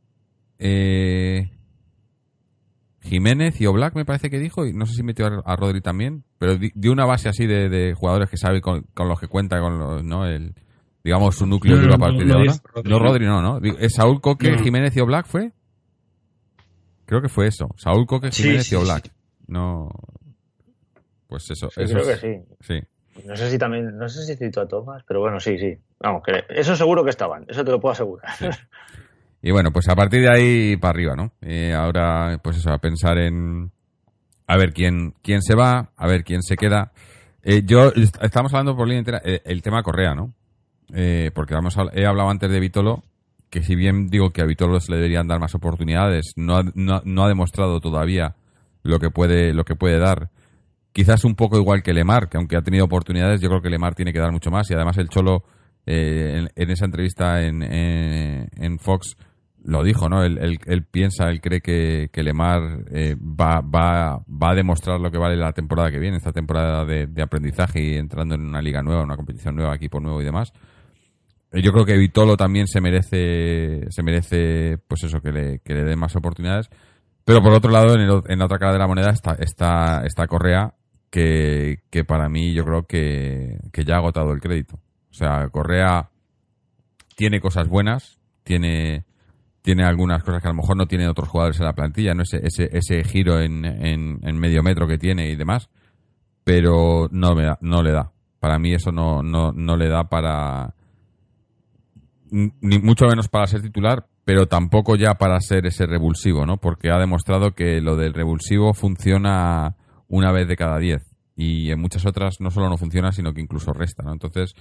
Jiménez y Oblak, me parece que dijo, y no sé si metió a Rodri también, pero dio una base así de jugadores que sabe con los que cuenta, con los, ¿no? Digamos, su núcleo duro a partir de ahora. No, Rodri no. ¿Es Saúl, Coque, Jiménez y Oblak fue? Creo que fue eso. Saúl, Coque, Jiménez y Oblak. Sí. No. Pues eso. Sí, creo que sí. Sí. No sé si citó a Tomás, pero bueno, sí. Vamos, que eso seguro que estaban, eso te lo puedo asegurar. Sí. Y bueno, pues a partir de ahí para arriba, ¿no? Ahora, pues eso, a pensar en a ver quién se va, a ver quién se queda. Estamos hablando por línea entera el tema Correa, ¿no? Porque he hablado antes de Vitolo, que si bien digo que a Vitolo se le deberían dar más oportunidades, no ha demostrado todavía lo que puede dar. Quizás un poco igual que Lemar, que aunque ha tenido oportunidades, yo creo que Lemar tiene que dar mucho más. Y además el Cholo, en esa entrevista en Fox, lo dijo, ¿no? Él cree que Lemar va a demostrar lo que vale la temporada que viene, esta temporada de aprendizaje y entrando en una liga nueva, una competición nueva, equipo nuevo y demás. Yo creo que Vitolo también se merece pues eso, que le den más oportunidades. Pero por otro lado, en la otra cara de la moneda está Correa, que para mí yo creo que ya ha agotado el crédito. O sea, Correa tiene cosas buenas, tiene algunas cosas que a lo mejor no tienen otros jugadores en la plantilla, ¿no? Ese giro en medio metro que tiene y demás, pero no le da. Para mí eso no le da para, ni mucho menos para ser titular, pero tampoco ya para ser ese revulsivo, ¿no? Porque ha demostrado que lo del revulsivo funciona una vez de cada 10 y en muchas otras no solo no funciona, sino que incluso resta, ¿no? Entonces,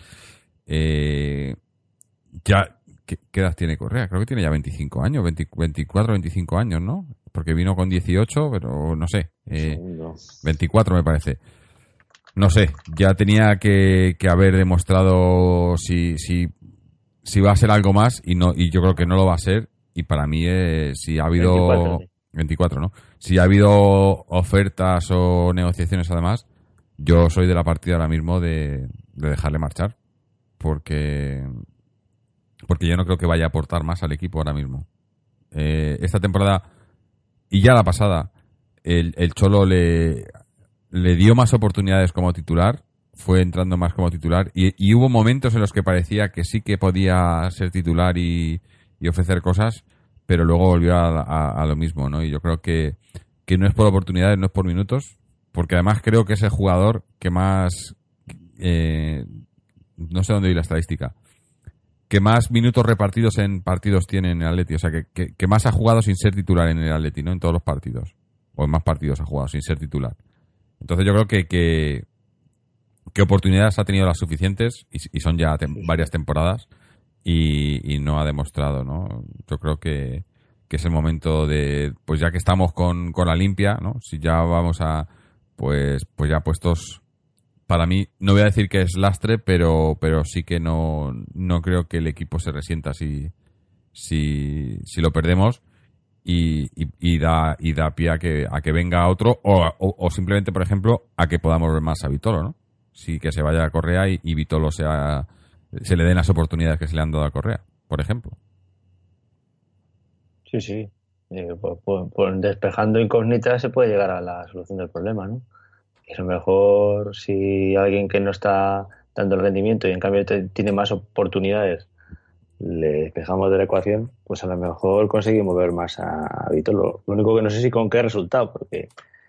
ya, ¿qué edad tiene Correa? Creo que tiene ya 25 años, 24, 25 años, ¿no? Porque vino con 18, pero no sé, 24 me parece. No sé, ya tenía que haber demostrado si va a ser algo más y yo creo que no lo va a ser. Y para mí, si ha habido 24, ¿no? Si ha habido ofertas o negociaciones además, yo soy de la partida ahora mismo de dejarle marchar, porque yo no creo que vaya a aportar más al equipo ahora mismo. Esta temporada y ya la pasada, el Cholo le dio más oportunidades como titular, fue entrando más como titular y hubo momentos en los que parecía que sí que podía ser titular y ofrecer cosas, pero luego volvió a lo mismo, ¿no? Y yo creo que no es por oportunidades, no es por minutos, porque además creo que es el jugador que más, no sé dónde vi la estadística, que más minutos repartidos en partidos tiene en el Atleti, o sea, que más ha jugado sin ser titular en el Atleti, ¿no? En todos los partidos, o en más partidos ha jugado sin ser titular. Entonces yo creo que oportunidades ha tenido las suficientes y son ya varias temporadas y no ha demostrado, ¿no? Yo creo que es el momento de, pues ya que estamos con la limpia, ¿no? Si ya vamos a, pues ya puestos, para mí, no voy a decir que es lastre, pero sí que no creo que el equipo se resienta si lo perdemos y da pie a que venga otro o simplemente, por ejemplo, a que podamos ver más a Vitolo, ¿no? Sí, que se vaya a Correa y Vitolo se le den las oportunidades que se le han dado a Correa, por ejemplo. Sí. Por despejando incógnitas se puede llegar a la solución del problema, ¿no? Y a lo mejor si alguien que no está dando el rendimiento y en cambio tiene más oportunidades le despejamos de la ecuación, pues a lo mejor conseguimos ver más a Vitolo. Lo único que no sé si con qué resultado, porque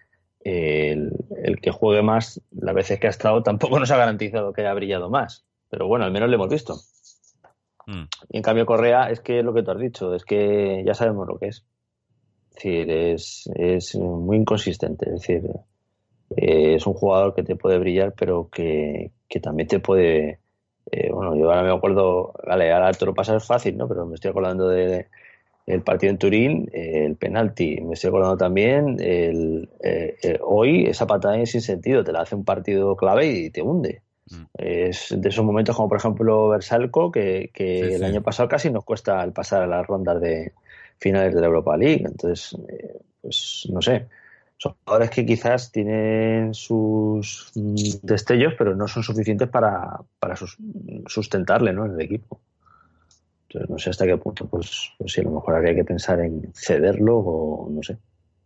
el que juegue más las veces que ha estado tampoco nos ha garantizado que haya brillado más. Pero bueno, al menos le hemos visto. Y en cambio Correa, es que lo que tú has dicho, es que ya sabemos lo que es. Es decir, es muy inconsistente. Es decir, es un jugador que te puede brillar, pero que también te puede... bueno, yo ahora me acuerdo, vale, ahora te lo pasas fácil, ¿no? Pero me estoy acordando de el partido en Turín, el penalti. Me estoy acordando también hoy esa patada en sin sentido, te la hace un partido clave y te hunde. Es de esos momentos como por ejemplo Bersalco, que sí, el año pasado casi nos cuesta el pasar a las rondas de finales de la Europa League. Entonces, pues no sé, son jugadores que quizás tienen sus destellos, pero no son suficientes para sustentarle, ¿no?, en el equipo. Entonces no sé hasta qué punto, pues sí, a lo mejor habría que pensar en cederlo o no sé.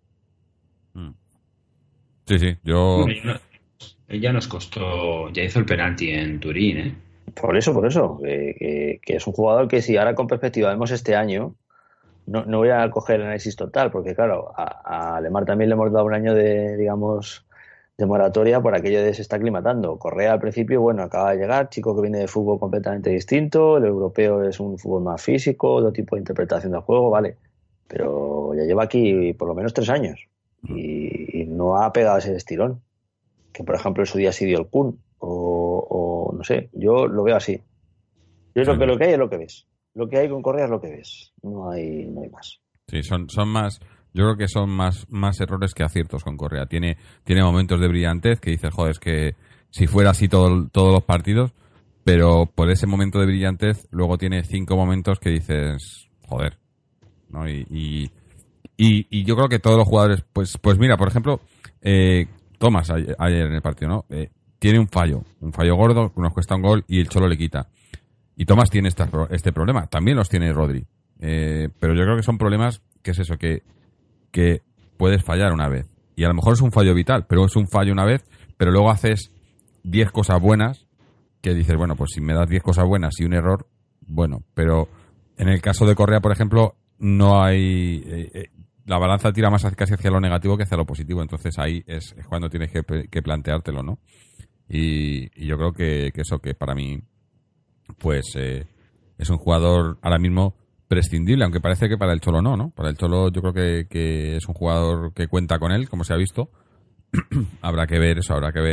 Sí, yo... Él ya nos costó, ya hizo el penalti en Turín, ¿eh? Por eso, que es un jugador que si ahora con perspectiva vemos este año, no voy a coger el análisis total, porque claro, a Lemar también le hemos dado un año de, digamos, de moratoria por aquello de se está aclimatando. Correa al principio, bueno, acaba de llegar, chico que viene de fútbol completamente distinto, el europeo es un fútbol más físico, otro tipo de interpretación del juego, vale, pero ya lleva aquí por lo menos 3 años y no ha pegado ese estirón que por ejemplo en su día sí dio el Kun o no sé, yo lo veo así. Yo creo que lo que hay es lo que ves, lo que hay con Correa es lo que ves, no hay más. Sí, son más, yo creo que son más errores que aciertos con Correa. Tiene momentos de brillantez que dices, joder, es que si fuera así todos los partidos, pero por ese momento de brillantez luego tiene 5 momentos que dices, joder, ¿no? Y yo creo que todos los jugadores, pues mira, por ejemplo, Thomas ayer en el partido, ¿no? Tiene un fallo gordo, nos cuesta un gol y el Cholo le quita. Y Thomas tiene este problema, también los tiene Rodri. Pero yo creo que son problemas, que es eso, que puedes fallar una vez. Y a lo mejor es un fallo vital, pero es un fallo una vez, pero luego haces 10 cosas buenas que dices, bueno, pues si me das 10 cosas buenas y un error, bueno. Pero en el caso de Correa, por ejemplo, no hay... la balanza tira más casi hacia lo negativo que hacia lo positivo, entonces ahí es cuando tienes que planteártelo, ¿no? Y yo creo que eso, que para mí pues es un jugador ahora mismo prescindible, aunque parece que para el Cholo no. Para el Cholo yo creo que es un jugador que cuenta con él, como se ha visto. Habrá que ver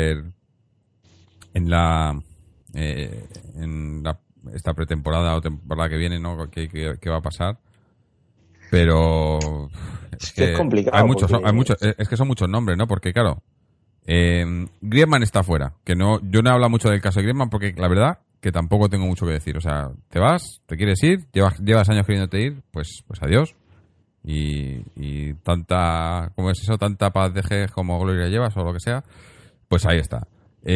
en esta pretemporada o temporada que viene, ¿no? ¿Qué va a pasar? Pero es que es complicado. Es que son muchos nombres, ¿no? Porque claro, Griezmann está fuera. Yo no he hablado mucho del caso de Griezmann porque la verdad que tampoco tengo mucho que decir. O sea, te vas, te quieres ir, llevas años queriéndote ir, pues adiós. Y tanta, ¿cómo es eso? Tanta paz dejes como gloria llevas o lo que sea. Pues ahí está.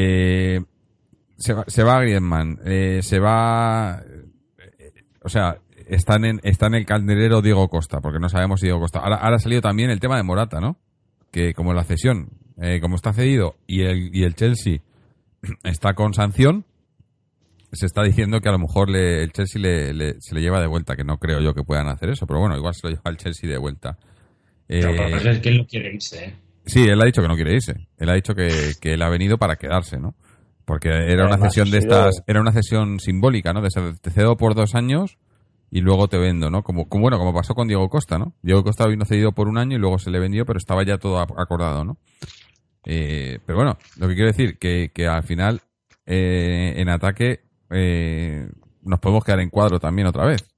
Se va Griezmann, se va, o sea, está en el calderero Diego Costa, porque no sabemos si Diego Costa. Ahora ha salido también el tema de Morata, ¿no? Que como la cesión, como está cedido y el Chelsea está con sanción, se está diciendo que a lo mejor el Chelsea se le lleva de vuelta, que no creo yo que puedan hacer eso, pero bueno, igual se lo lleva el Chelsea de vuelta. Pero es que él no quiere irse, ¿eh? Sí, él ha dicho que no quiere irse. Él ha dicho que él ha venido para quedarse, ¿no? Porque era una cesión de estas, era una cesión simbólica, ¿no? Te cedo por 2 años y luego te vendo, ¿no? Como pasó con Diego Costa, ¿no? Diego Costa vino cedido por 1 año y luego se le vendió, pero estaba ya todo acordado, ¿no? Pero bueno, lo que quiero decir, que al final, en ataque, nos podemos quedar en cuadro también otra vez.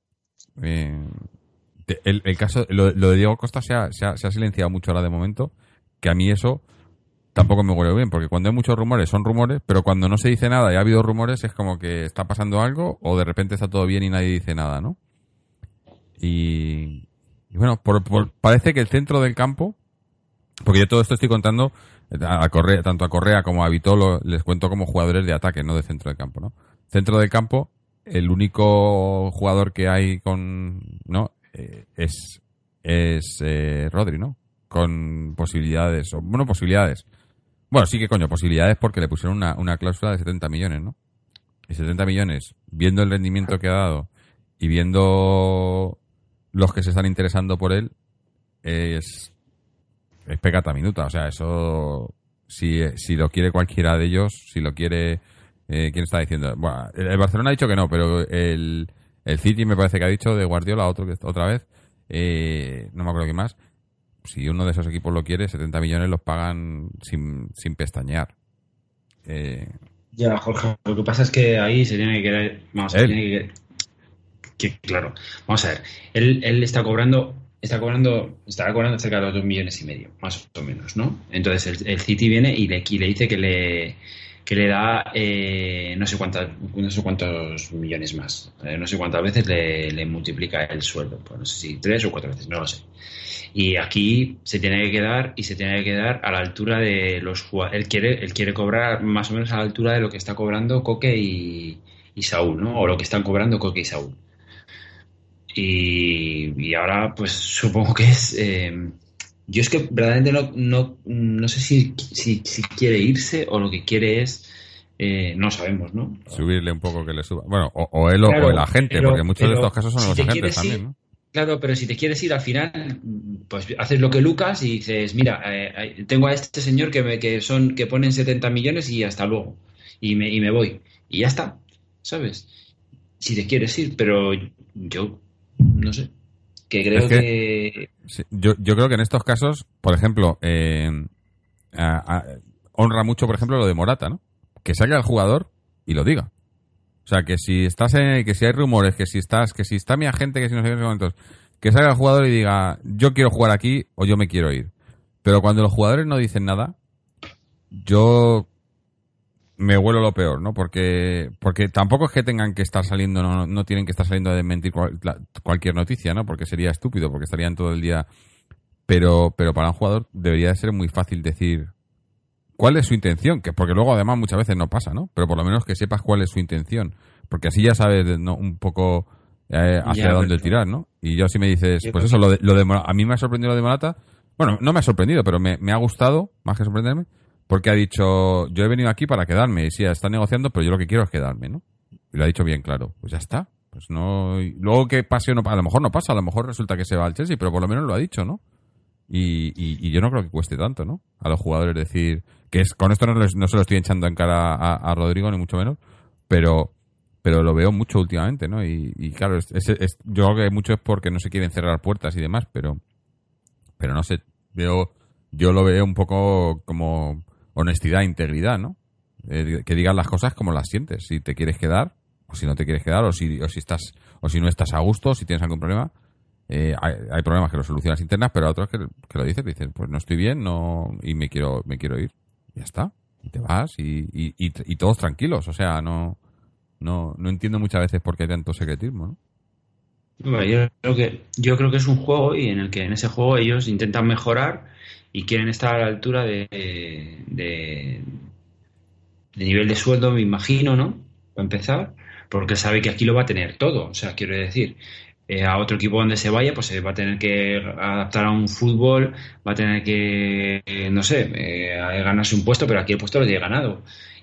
El caso, lo de Diego Costa se ha silenciado mucho ahora de momento, que a mí eso tampoco me huele bien, porque cuando hay muchos rumores son rumores, pero cuando no se dice nada y ha habido rumores es como que está pasando algo o de repente está todo bien y nadie dice nada, ¿no? Y bueno, parece que el centro del campo, porque yo todo esto estoy contando tanto a Correa como a Vitolo, les cuento como jugadores de ataque, no de centro del campo, ¿no? Centro del campo, el único jugador que hay ¿no? Es Rodri, ¿no? Con posibilidades, bueno, sí que posibilidades porque le pusieron una cláusula de 70 millones, ¿no? Y 70 millones, viendo el rendimiento que ha dado y viendo los que se están interesando por él, es pecata minuta. O sea, eso, si lo quiere cualquiera de ellos, si lo quiere... ¿quién está diciendo? Bueno, el Barcelona ha dicho que no, pero el City me parece que ha dicho de Guardiola otra vez. No me acuerdo quién más. Si uno de esos equipos lo quiere, 70 millones los pagan sin pestañear. Ya, Jorge, lo que pasa es que ahí se tiene que quedar... Vamos, se tiene claro, vamos a ver. Él estará cobrando cerca de los 2,5 millones, más o menos, ¿no? Entonces el City viene y le dice que le da no sé cuántos millones más. No sé cuántas veces le multiplica el sueldo. Pues no sé si 3 o 4 veces, no lo sé. Y aquí se tiene que quedar a la altura de los jugadores. Él quiere cobrar más o menos a la altura de lo que está cobrando Coque y Saúl, ¿no? O lo que están cobrando Coque y Saúl. Y ahora, pues supongo que es... yo es que verdaderamente no sé si quiere irse o lo que quiere es... no sabemos, ¿no? Subirle un poco, que le suba. Bueno, o él o el agente, porque muchos de estos casos son los agentes también, ¿no? Claro, pero si te quieres ir al final, pues haces lo que Lucas y dices, mira, tengo a este señor que ponen 70 millones y hasta luego. Y me voy. Y ya está, ¿sabes? Si te quieres ir, pero yo no sé. Que creo que... Sí, yo creo que en estos casos, por ejemplo, honra mucho, por ejemplo, lo de Morata, ¿no? Que salga el jugador y lo diga. O sea, que si que si hay rumores, que si está mi agente, que si no sé qué momentos, que salga el jugador y diga, yo quiero jugar aquí o yo me quiero ir. Pero cuando los jugadores no dicen nada, yo me huelo lo peor, ¿no? Porque tampoco es que tengan que estar saliendo, no tienen que estar saliendo a desmentir cualquier noticia, ¿no? Porque sería estúpido, porque estarían todo el día... Pero para un jugador debería de ser muy fácil decir cuál es su intención, porque luego además muchas veces no pasa, ¿no? Pero por lo menos que sepas cuál es su intención, porque así ya sabes, ¿no? Un poco hacia dónde tirar, ¿no? Y yo si me dices, pues eso, lo de Morata, a mí me ha sorprendido lo de Morata, bueno, no me ha sorprendido, pero me ha gustado, más que sorprenderme, porque ha dicho, yo he venido aquí para quedarme, y sí, está negociando, pero yo lo que quiero es quedarme, ¿no? Y lo ha dicho bien claro, pues ya está, pues no, y luego que pase o no, a lo mejor no pasa, a lo mejor resulta que se va al Chelsea, pero por lo menos lo ha dicho, ¿no? Y yo no creo que cueste tanto, ¿no? A los jugadores decir que con esto no se lo estoy echando en cara a Rodrigo, ni mucho menos, pero lo veo mucho últimamente, ¿no? Y claro, yo creo que mucho es porque no se quieren cerrar puertas y demás, pero no sé, yo lo veo un poco como honestidad, integridad, ¿no? Que digas las cosas como las sientes, si te quieres quedar, o si no te quieres quedar, o si no estás a gusto, si tienes algún problema. Hay problemas que los solucionas internas, pero hay otros que lo dicen, pues no estoy bien, y me quiero ir. Ya está. Y te vas y todos tranquilos. O sea, no entiendo muchas veces por qué hay tanto secretismo, ¿no? Bueno, yo creo que es un juego y en ese juego ellos intentan mejorar y quieren estar a la altura de nivel de sueldo, me imagino, ¿no? Para empezar, porque sabe que aquí lo va a tener todo. O sea, quiero decir, a otro equipo donde se vaya, pues se va a tener que adaptar a un fútbol, va a tener que, no sé, ganarse un puesto, pero aquí el puesto lo tiene ganado.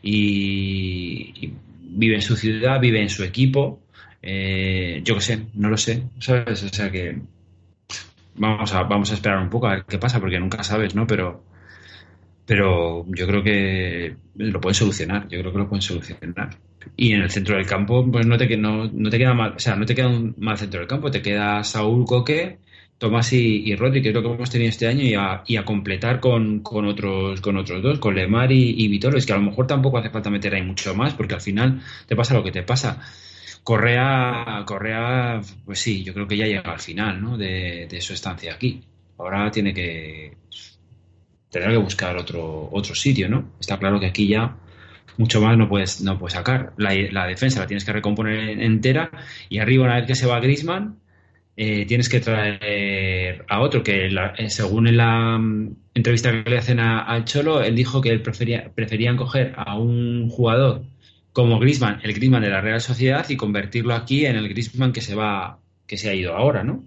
Y vive en su ciudad, vive en su equipo. Yo qué sé, no lo sé, ¿sabes? O sea que vamos a esperar un poco a ver qué pasa, porque nunca sabes, ¿no? Pero yo creo que lo pueden solucionar. Y en el centro del campo, pues no te queda mal, o sea, no te queda un mal centro del campo, te queda Saúl, Coque, Tomás y Rodri, que es lo que hemos tenido este año, y a completar con otros dos, con Lemar y Vitor. Es que a lo mejor tampoco hace falta meter ahí mucho más, porque al final te pasa lo que te pasa. Correa, pues sí, yo creo que ya llega al final, ¿no? de su estancia aquí. Ahora tendrá que buscar otro sitio, ¿no? Está claro que aquí ya mucho más no puedes sacar. La defensa la tienes que recomponer entera, y arriba, una vez que se va Griezmann, tienes que traer a otro que según en la entrevista que le hacen al Cholo, él dijo que él preferían coger a un jugador como Griezmann, el Griezmann de la Real Sociedad, y convertirlo aquí en el Griezmann que se ha ido ahora, ¿no?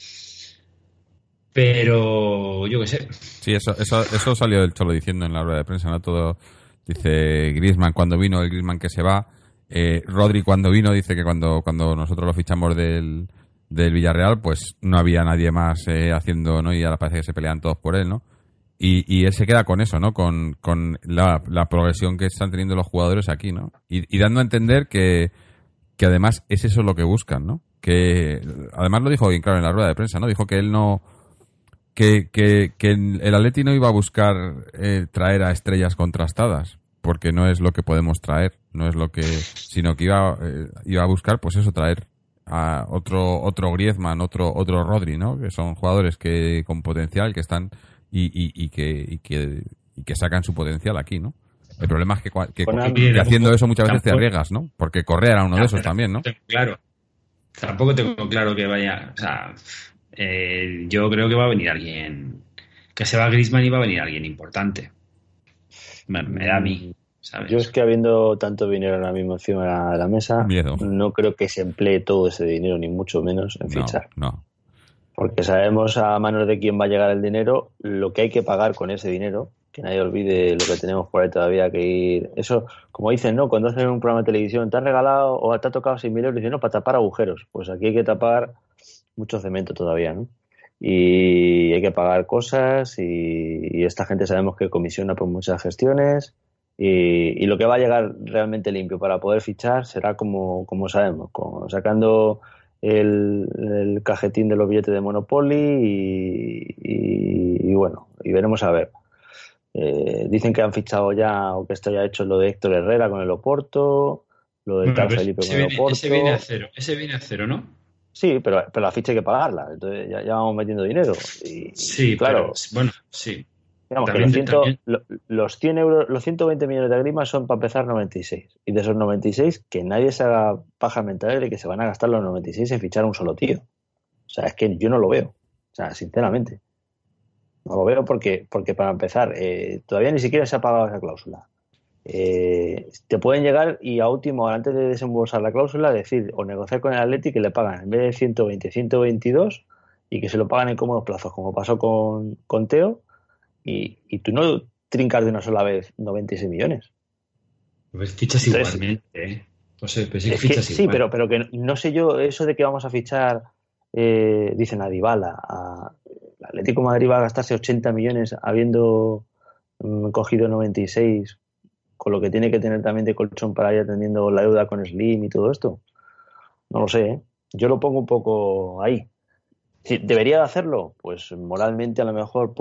Pero yo qué sé. Sí, eso salió del Cholo diciendo en la rueda de prensa, ¿no? Todo dice Griezmann, cuando vino el Griezmann que se va, Rodri cuando vino dice que cuando nosotros lo fichamos del Villarreal, pues no había nadie más haciendo, ¿no? Y ahora parece que se pelean todos por él, ¿no? Y él se queda con eso, ¿no? Con la progresión que están teniendo los jugadores aquí, ¿no? Y dando a entender que además es eso lo que buscan, ¿no? Que además lo dijo bien claro en la rueda de prensa, ¿no? Dijo que él no... Que el Atleti no iba a buscar traer a estrellas contrastadas, porque no es lo que podemos traer, no es lo que... Sino que iba a buscar, pues eso, traer a otro Griezmann, otro Rodri, ¿no? Que son jugadores que con potencial, que están... Y que sacan su potencial aquí, ¿no? El problema es que haciendo eso muchas veces te arriesgas, ¿no? Porque Correa era uno de esos también, ¿no? Claro. Tampoco tengo claro que vaya... O sea, yo creo que va a venir alguien... Que se va a Griezmann y va a venir alguien importante. Me da a mí, ¿sabes? Yo es que habiendo tanto dinero ahora mismo encima de la mesa, no creo que se emplee todo ese dinero, ni mucho menos en fichar. No. Porque sabemos a manos de quién va a llegar el dinero, lo que hay que pagar con ese dinero, que nadie olvide lo que tenemos por ahí todavía que ir. Eso, como dicen, ¿no? Cuando hacen un programa de televisión, te han regalado o te ha tocado 6.000 euros, dicen, no, para tapar agujeros. Pues aquí hay que tapar mucho cemento todavía, ¿no? Y hay que pagar cosas y esta gente sabemos que comisiona por muchas gestiones y lo que va a llegar realmente limpio para poder fichar será como sabemos, sacando el cajetín de los billetes de Monopoly y bueno, y veremos a ver. Dicen que han fichado ya o que esto ya ha hecho lo de Héctor Herrera con el Oporto, lo del tal Felipe con el Oporto. Ese viene a cero, ¿no? Sí, pero la ficha hay que pagarla, entonces ya vamos metiendo dinero. Sí, claro. Pero, bueno, sí. Digamos también, que los 100 euros, los 120 millones de Griezmann son para empezar 96. Y de esos 96, que nadie se haga paja mental de que se van a gastar los 96 en fichar a un solo tío. O sea, es que yo no lo veo. O sea, sinceramente. No lo veo porque para empezar, todavía ni siquiera se ha pagado esa cláusula. Te pueden llegar y a último, antes de desembolsar la cláusula, decir o negociar con el Atleti que le pagan en vez de 120, 122 y que se lo pagan en cómodos plazos, como pasó con Teo. Y tú no trincas de una sola vez 96 millones. Pues fichas igualmente, ¿eh? No sé, pero sí que fichas sí, igual. pero que no sé yo, eso de que vamos a fichar, dicen a Dybala, el Atlético de Madrid va a gastarse 80 millones habiendo cogido 96, con lo que tiene que tener también de colchón para ir atendiendo la deuda con Slim y todo esto. No lo sé, ¿eh? Yo lo pongo un poco ahí. Sí, ¿debería de hacerlo? Pues moralmente a lo mejor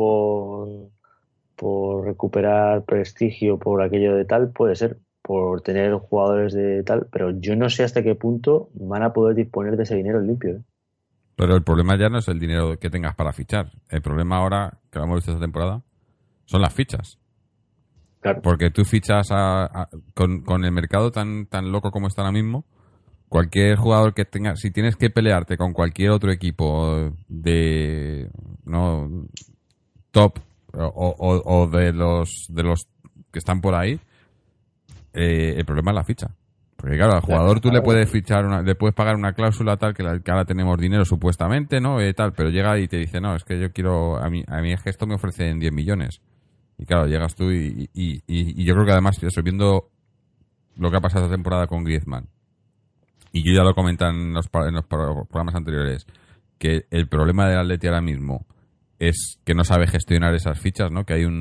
por recuperar prestigio, por aquello de tal, puede ser, por tener jugadores de tal, pero yo no sé hasta qué punto van a poder disponer de ese dinero limpio, ¿eh? Pero el problema ya no es el dinero que tengas para fichar. El problema ahora, que lo hemos visto esta temporada, son las fichas. Claro. Porque tú fichas con el mercado tan loco como está ahora mismo, cualquier jugador que tenga, si tienes que pelearte con cualquier otro equipo de top o de los que están por ahí, el problema es la ficha. Porque claro, al jugador tú le puedes le puedes pagar una cláusula tal que ahora tenemos dinero supuestamente, ¿no? Tal, pero llega y te dice, no, es que yo quiero, a mí es que esto me ofrecen 10 millones. Y claro, llegas tú y yo creo que además, viendo lo que ha pasado esta temporada con Griezmann, y yo ya lo comenté en los programas anteriores, que el problema del Atleti ahora mismo es que no sabe gestionar esas fichas, ¿no? Que hay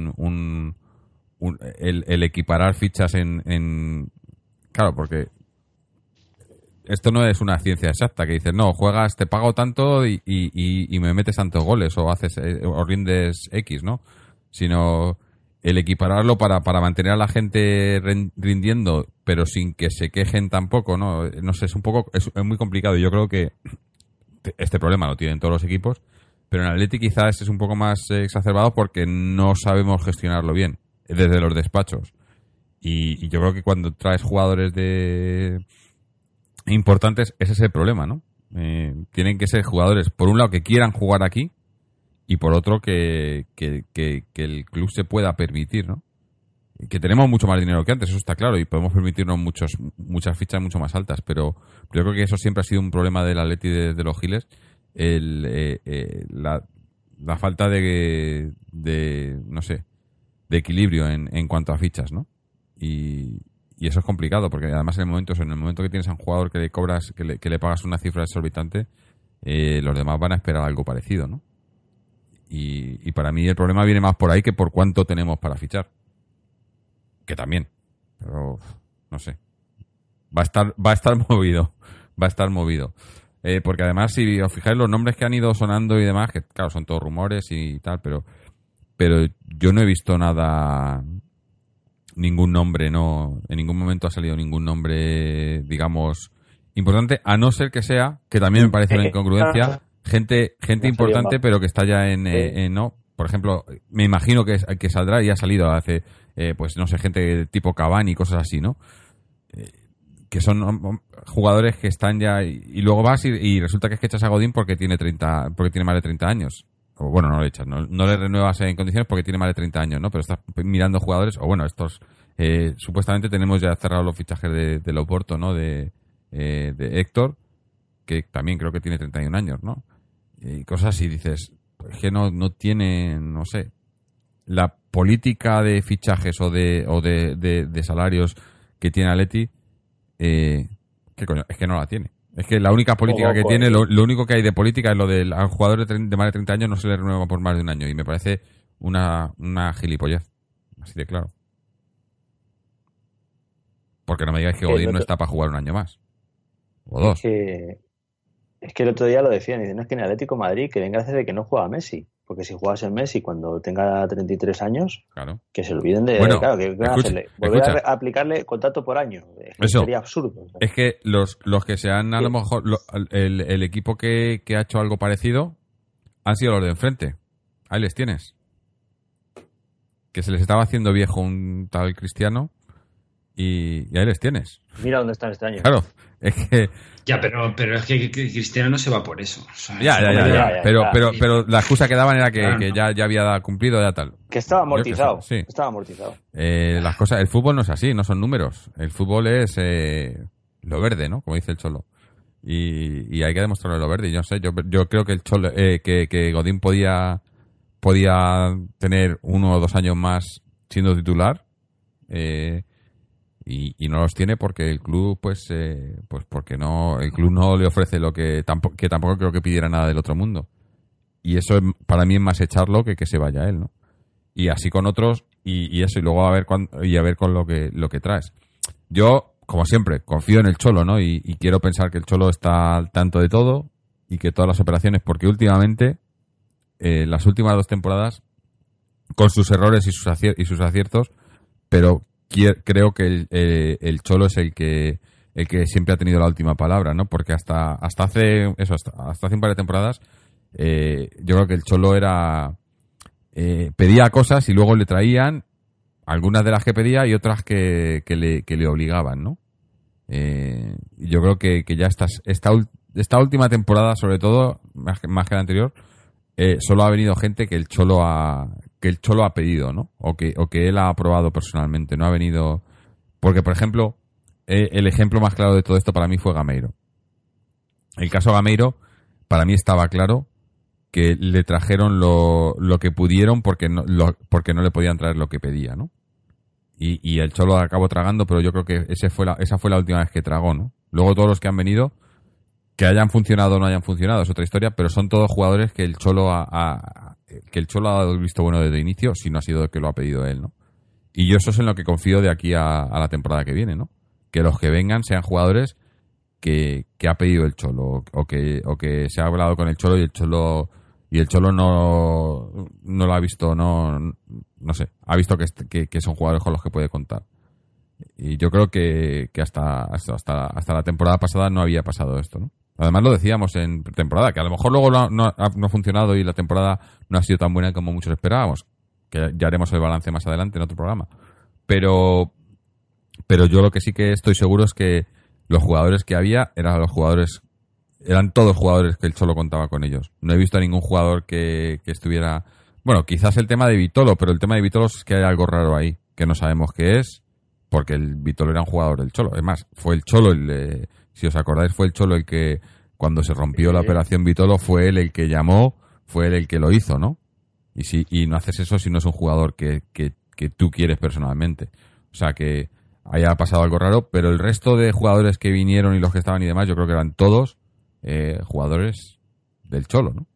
el equiparar fichas en claro, porque esto no es una ciencia exacta, que dices, no, juegas, te pago tanto y me metes tantos goles o haces o rindes X, ¿no? Sino el equipararlo para mantener a la gente rindiendo, pero sin que se quejen tampoco, ¿no? No sé, es muy complicado y yo creo que este problema lo tienen todos los equipos, pero en Atleti quizás es un poco más exacerbado porque no sabemos gestionarlo bien desde los despachos. Y yo creo que cuando traes jugadores importantes, ese es el problema, ¿no? Tienen que ser jugadores, por un lado, que quieran jugar aquí y por otro, que el club se pueda permitir, ¿no? Que tenemos mucho más dinero que antes, eso está claro, y podemos permitirnos muchas fichas mucho más altas, pero yo creo que eso siempre ha sido un problema del Atleti de los Giles, la falta de no sé, de equilibrio en cuanto a fichas, ¿no? Y y eso es complicado, porque además en el momento que tienes a un jugador que le cobras, que le pagas una cifra exorbitante, los demás van a esperar algo parecido, ¿no? Y para mí el problema viene más por ahí que por cuánto tenemos para fichar. Que también. Pero no sé. Va a estar movido. Va a estar movido. Porque además, si os fijáis, los nombres que han ido sonando y demás, que claro, son todos rumores y tal, pero yo no he visto nada, ningún nombre, no, en ningún momento ha salido ningún nombre, digamos, importante, a no ser que sea, que también me parece una incongruencia, gente importante, pero que está ya en no. Por ejemplo, me imagino que saldrá y ha salido hace, pues no sé, gente tipo Cavani y cosas así, ¿no? Que son jugadores que están ya y luego vas y resulta que es que echas a Godín porque tiene más de 30 años. O bueno, no le echas, no le renuevas en condiciones porque tiene más de 30 años, ¿no? Pero estás mirando jugadores, o bueno, estos supuestamente tenemos ya cerrados los fichajes de Loporto, ¿no? De Héctor, que también creo que tiene 31 años, ¿no? Y cosas así, dices, es que no tiene, no sé, la política de fichajes o de salarios que tiene Atleti, ¿qué coño? Es que no la tiene. Es que la única política que tiene, lo único que hay de política es lo del al jugador de más de 30 años no se le renueva por más de un año. Y me parece una gilipollez. Así de claro. Porque no me digáis que Godín no está para jugar un año más. O dos. Es que el otro día lo decían, dicen, no, es que en el Atlético de Madrid que den gracias de que no juega Messi. Porque si jugase Messi cuando tenga 33 años, claro, que se olviden de... Bueno, claro, que volver a aplicarle contrato por año. Eso sería absurdo. Es que los que se han, a lo mejor, el equipo que ha hecho algo parecido han sido los de enfrente. Ahí les tienes. Que se les estaba haciendo viejo un tal Cristiano y ahí les tienes. Mira dónde están este año. Claro, es que... Ya, pero es que Cristiano no se va por eso. O sea, ya. Pero la excusa que daban era que ya había cumplido, ya tal. Que estaba amortizado. Sí. Estaba amortizado. Las cosas, el fútbol no es así, no son números. El fútbol es lo verde, ¿no? Como dice el Cholo. Y hay que demostrarlo lo verde. Y yo no sé, yo creo que el Cholo, que Godín podía tener 1 o 2 años más siendo titular. Y no los tiene porque el club pues porque el club no le ofrece lo que tampoco creo que pidiera nada del otro mundo, y eso para mí es más echarlo que se vaya él, ¿no? Y así con otros y eso, y luego a ver con lo que traes. Yo, como siempre, confío en el Cholo, ¿no? Y quiero pensar que el Cholo está al tanto de todo y que todas las operaciones, porque últimamente las últimas 2 temporadas, con sus errores y sus aciertos, pero creo que el Cholo es el que siempre ha tenido la última palabra, ¿no? Porque hasta hace un par de temporadas yo creo que el Cholo pedía cosas y luego le traían algunas de las que pedía y otras que le obligaban, ¿no? Yo creo que ya esta última temporada, sobre todo, más que la anterior, solo ha venido gente que el Cholo ha pedido, ¿no? O que él ha aprobado personalmente. No ha venido... Porque, por ejemplo, el ejemplo más claro de todo esto para mí fue Gameiro. El caso Gameiro, para mí estaba claro que le trajeron lo que pudieron porque no le podían traer lo que pedía, ¿no? Y el Cholo acabó tragando, pero yo creo que esa fue la última vez que tragó, ¿no? Luego todos los que han venido, que hayan funcionado o no hayan funcionado, es otra historia, pero son todos jugadores que el Cholo ha dado el visto bueno desde el inicio, si no ha sido que lo ha pedido él, ¿no? Y yo eso es en lo que confío de aquí a la temporada que viene, ¿no? Que los que vengan sean jugadores que ha pedido el Cholo o que se ha hablado con el Cholo y el Cholo no lo ha visto, no sé, ha visto que son jugadores con los que puede contar. Y yo creo que hasta la temporada pasada no había pasado esto, ¿no? Además lo decíamos en temporada, que a lo mejor luego no ha funcionado y la temporada no ha sido tan buena como muchos esperábamos, que ya haremos el balance más adelante en otro programa. Pero yo lo que sí que estoy seguro es que los jugadores que había eran todos jugadores que el Cholo contaba con ellos. No he visto a ningún jugador que estuviera... Bueno, quizás el tema de Vitolo, pero el tema de Vitolo es que hay algo raro ahí, que no sabemos qué es, porque el Vitolo era un jugador del Cholo. Es más, fue el Cholo si os acordáis, fue el Cholo el que, cuando se rompió la operación Vitolo, fue él el que llamó, fue él el que lo hizo, ¿no? Y no haces eso si no es un jugador que tú quieres personalmente. O sea que haya pasado algo raro, pero el resto de jugadores que vinieron y los que estaban y demás, yo creo que eran todos jugadores del Cholo, ¿no?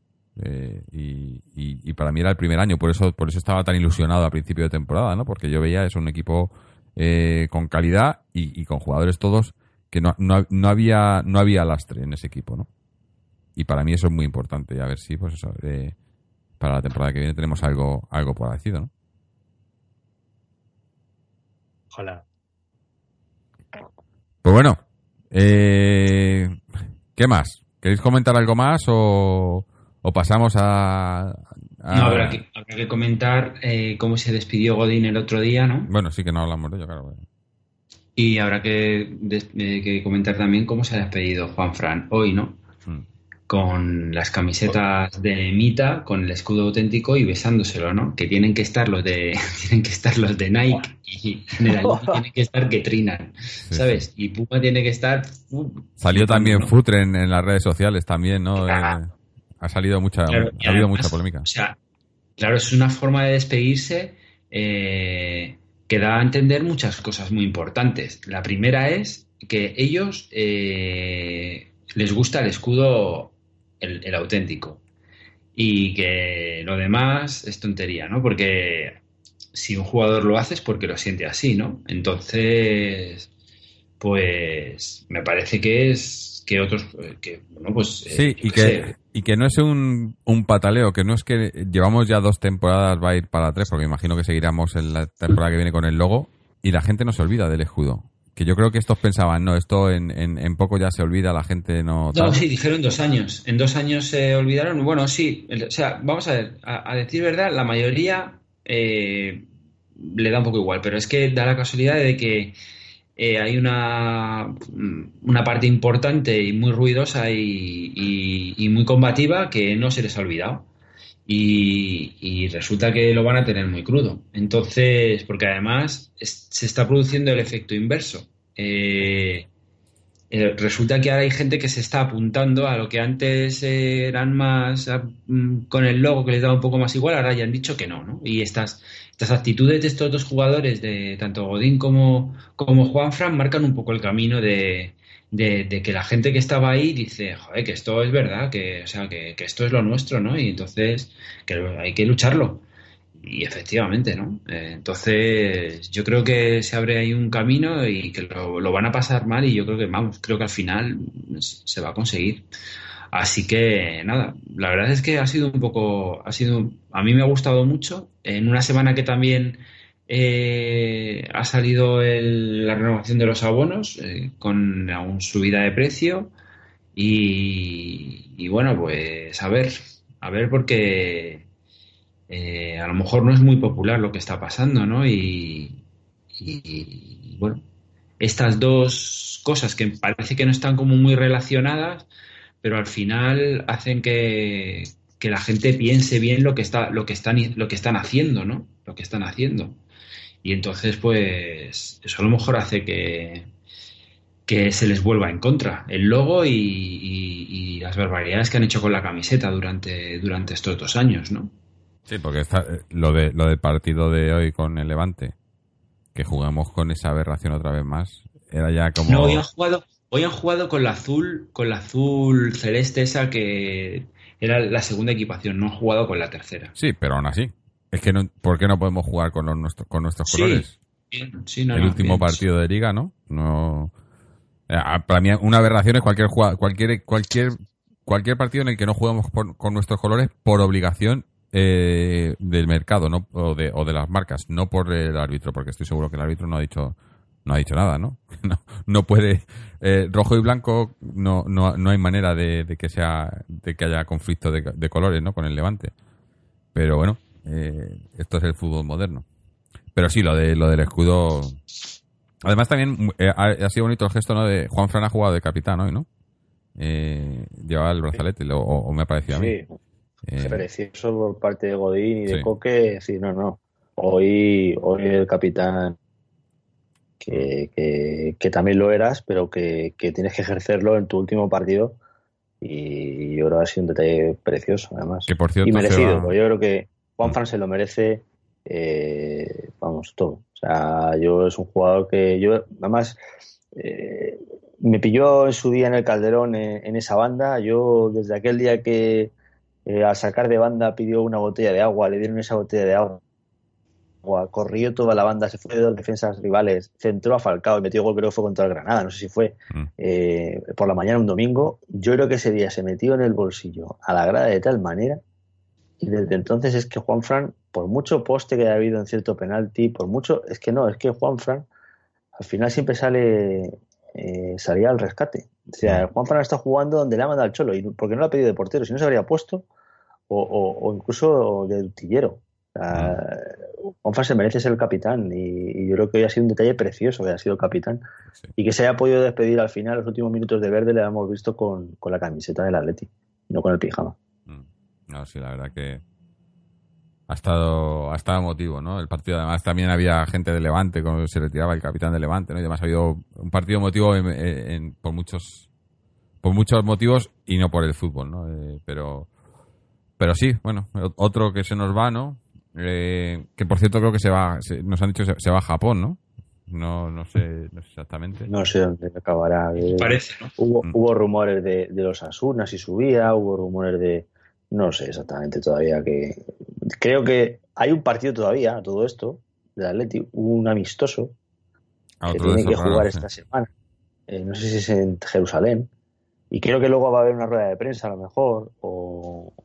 Y para mí era el primer año, por eso estaba tan ilusionado a principio de temporada, ¿no? Porque yo veía es un equipo con calidad y con jugadores todos que no había lastre en ese equipo, ¿no? Y para mí eso es muy importante, y a ver si pues eso para la temporada que viene tenemos algo parecido, ¿no? Ojalá. Pues bueno, ¿qué más? ¿Queréis comentar algo más o pasamos a... No, habrá que comentar cómo se despidió Godín el otro día, ¿no? Bueno, sí que no hablamos de ello, claro. Y habrá que comentar también cómo se ha despedido Juanfran hoy, ¿no? Con las camisetas de Mita, con el escudo auténtico y besándoselo, ¿no? Que tienen que estar los de Nike y en el año tiene que estar que trinan, ¿sabes? Sí. Y Puma tiene que estar... Salió también, ¿no? Futre en las redes sociales también, ¿no? Ha salido ha habido mucha polémica. O sea, claro, es una forma de despedirse que da a entender muchas cosas muy importantes. La primera es que ellos les gusta el escudo, el auténtico, y que lo demás es tontería, ¿no? Porque si un jugador lo hace es porque lo siente así, ¿no? Entonces, pues me parece que es que otros bueno, pues sí, y que no es un pataleo, que no es que llevamos ya 2 temporadas, va a ir para 3, porque imagino que seguiremos en la temporada que viene con el logo, y la gente no se olvida del escudo. Que yo creo que estos pensaban, no, esto en poco ya se olvida, la gente no... No, sí, dijeron 2 años. En 2 años se olvidaron. Bueno, sí, o sea, vamos a ver, a decir verdad, la mayoría le da un poco igual, pero es que da la casualidad de que hay una parte importante y muy ruidosa y muy combativa que no se les ha olvidado. Y resulta que lo van a tener muy crudo. Entonces, porque además se está produciendo el efecto inverso. Resulta que ahora hay gente que se está apuntando a lo que antes eran más con el logo, que les daba un poco más igual, ahora ya han dicho que no, ¿no? Y estas actitudes de estos 2 jugadores, de tanto Godín como Juanfran, marcan un poco el camino de que la gente que estaba ahí dice, joder, que esto es verdad, que esto es lo nuestro, ¿no? Y entonces que hay que lucharlo. Y efectivamente, ¿no? Entonces yo creo que se abre ahí un camino y que lo van a pasar mal, y yo creo que al final se va a conseguir. Así que nada, la verdad es que a mí me ha gustado mucho. En una semana que también ha salido la renovación de los abonos con aún subida de precio y bueno, pues a ver porque a lo mejor no es muy popular lo que está pasando, ¿no? Y bueno, estas 2 cosas que parece que no están como muy relacionadas, pero al final hacen que la gente piense bien lo que están haciendo, ¿no? Lo que están haciendo. Y entonces, pues, eso a lo mejor hace que se les vuelva en contra el logo y las barbaridades que han hecho con la camiseta durante estos 2 años, ¿no? Sí, porque lo del partido de hoy con el Levante, que jugamos con esa aberración otra vez más, era ya como... No, hoy han jugado con la azul celeste esa que era la segunda equipación, no han jugado con la tercera. Sí, pero aún así. Es que no, ¿por qué no podemos jugar con nuestros colores? Bien, sí, no, el último partido de Liga, ¿no? Para mí una aberración es cualquier partido en el que no juguemos con nuestros colores por obligación del mercado, ¿no? o de las marcas, no por el árbitro, porque estoy seguro que el árbitro no ha dicho nada, ¿no? No puede rojo y blanco, no hay manera de que haya conflicto de colores, ¿no? Con el Levante. Pero bueno, esto es el fútbol moderno. Pero sí, lo del escudo. Además también ha sido bonito el gesto, ¿no? De Juanfran ha jugado de capitán hoy, ¿no? Llevaba el brazalete, o me ha parecido a mí. Precioso por parte de Godín y de Coque, decir, no. Hoy el capitán, que también lo eras, pero que tienes que ejercerlo en tu último partido, y yo creo que ha sido un detalle precioso, además. Que por cierto, y merecido, porque yo creo que Juanfran se lo merece, todo. O sea, yo es un jugador que yo, además, me pilló en su día en el Calderón en esa banda. Yo desde aquel día que al sacar de banda pidió una botella de agua, le dieron esa botella de agua, corrió toda la banda, se fue de dos defensas rivales, centró a Falcao y metió gol, creo que fue contra el Granada, no sé si fue por la mañana un domingo. Yo creo que ese día se metió en el bolsillo a la grada de tal manera, y desde entonces es que Juanfran, por mucho poste que haya habido en cierto penalti, por mucho, es que Juanfran al final siempre salía al rescate. O sea, Juanfran está jugando donde le ha mandado el Cholo, y porque no lo ha pedido de portero, si no se habría puesto, o incluso de utillero. O sea, Juanfran se merece ser el capitán, y yo creo que hoy ha sido un detalle precioso que haya sido el capitán, sí. Y que se haya podido despedir al final, los últimos minutos de verde le hemos visto con la camiseta del Atleti, no con el pijama. No, sí, la verdad que ha estado emotivo, ¿no? El partido, además, también había gente de Levante cuando se retiraba el capitán de Levante, ¿no? Y además ha habido un partido emotivo por muchos motivos y no por el fútbol, ¿no? Pero sí, bueno, otro que se nos va, ¿no? Que por cierto creo que nos han dicho que se va a Japón, ¿no? No sé exactamente. No sé dónde acabará. Parece, ¿no? Hubo rumores de los Asuna si subía, hubo rumores de... No sé exactamente todavía creo que hay un partido todavía, todo esto, del Atleti, un amistoso que tiene que jugar esta semana. No sé si es en Jerusalén. Y creo que luego va a haber una rueda de prensa, a lo mejor, o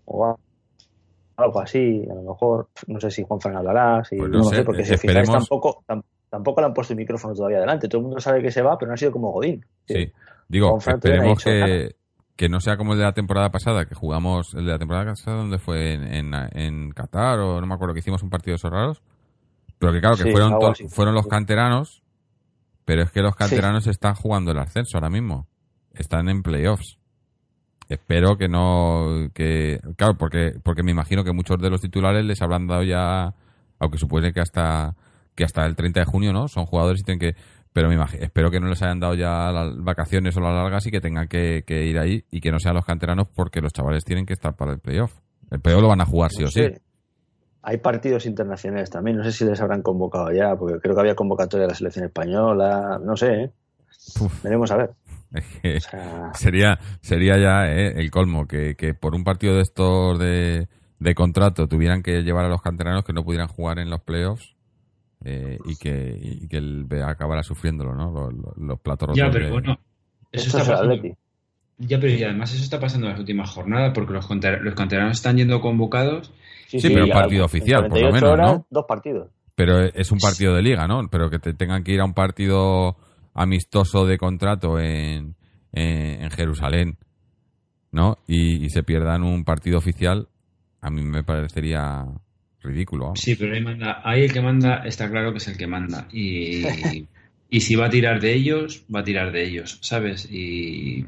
algo así, a lo mejor. No sé si Juanfran hablará, pues no sé, porque si os fijáis tampoco le han puesto el micrófono todavía delante. Todo el mundo sabe que se va, pero no ha sido como Godín. Sí. Digo, esperemos que no sea como el de la temporada pasada, que jugamos el de la temporada pasada, donde fue en Qatar, o no me acuerdo, que hicimos un partido de esos raros, pero que claro, que fueron los canteranos, pero es que los canteranos están jugando el ascenso ahora mismo, están en playoffs. Espero que no, claro, porque me imagino que muchos de los titulares les habrán dado ya, aunque supone que hasta el 30 de junio, ¿no? Son jugadores y tienen que... Pero espero que no les hayan dado ya las vacaciones o las largas y que tengan que ir ahí, y que no sean los canteranos, porque los chavales tienen que estar para el playoff. El playoff lo van a jugar sí o sí. Hay partidos internacionales también, no sé si les habrán convocado ya, porque creo que había convocatoria de la selección española, no sé, veremos a ver. O sea... sería ya el colmo, que por un partido de estos de contrato tuvieran que llevar a los canteranos, que no pudieran jugar en los playoffs. Y que él acabara sufriéndolo, ¿no? Los platos rotos. Ya, pero bueno, eso está pasando. Ya, pero y además eso está pasando en las últimas jornadas, porque los canteranos están yendo convocados. Sí, pero un partido oficial, por lo menos, horas, ¿no? 2 partidos. Pero es un partido de liga, ¿no? Pero que te tengan que ir a un partido amistoso de contrato en Jerusalén, ¿no? Y se pierdan un partido oficial, a mí me parecería... ridículo. Vamos. Sí, pero ahí el que manda está claro que es el que manda, y si va a tirar de ellos, ¿sabes? Y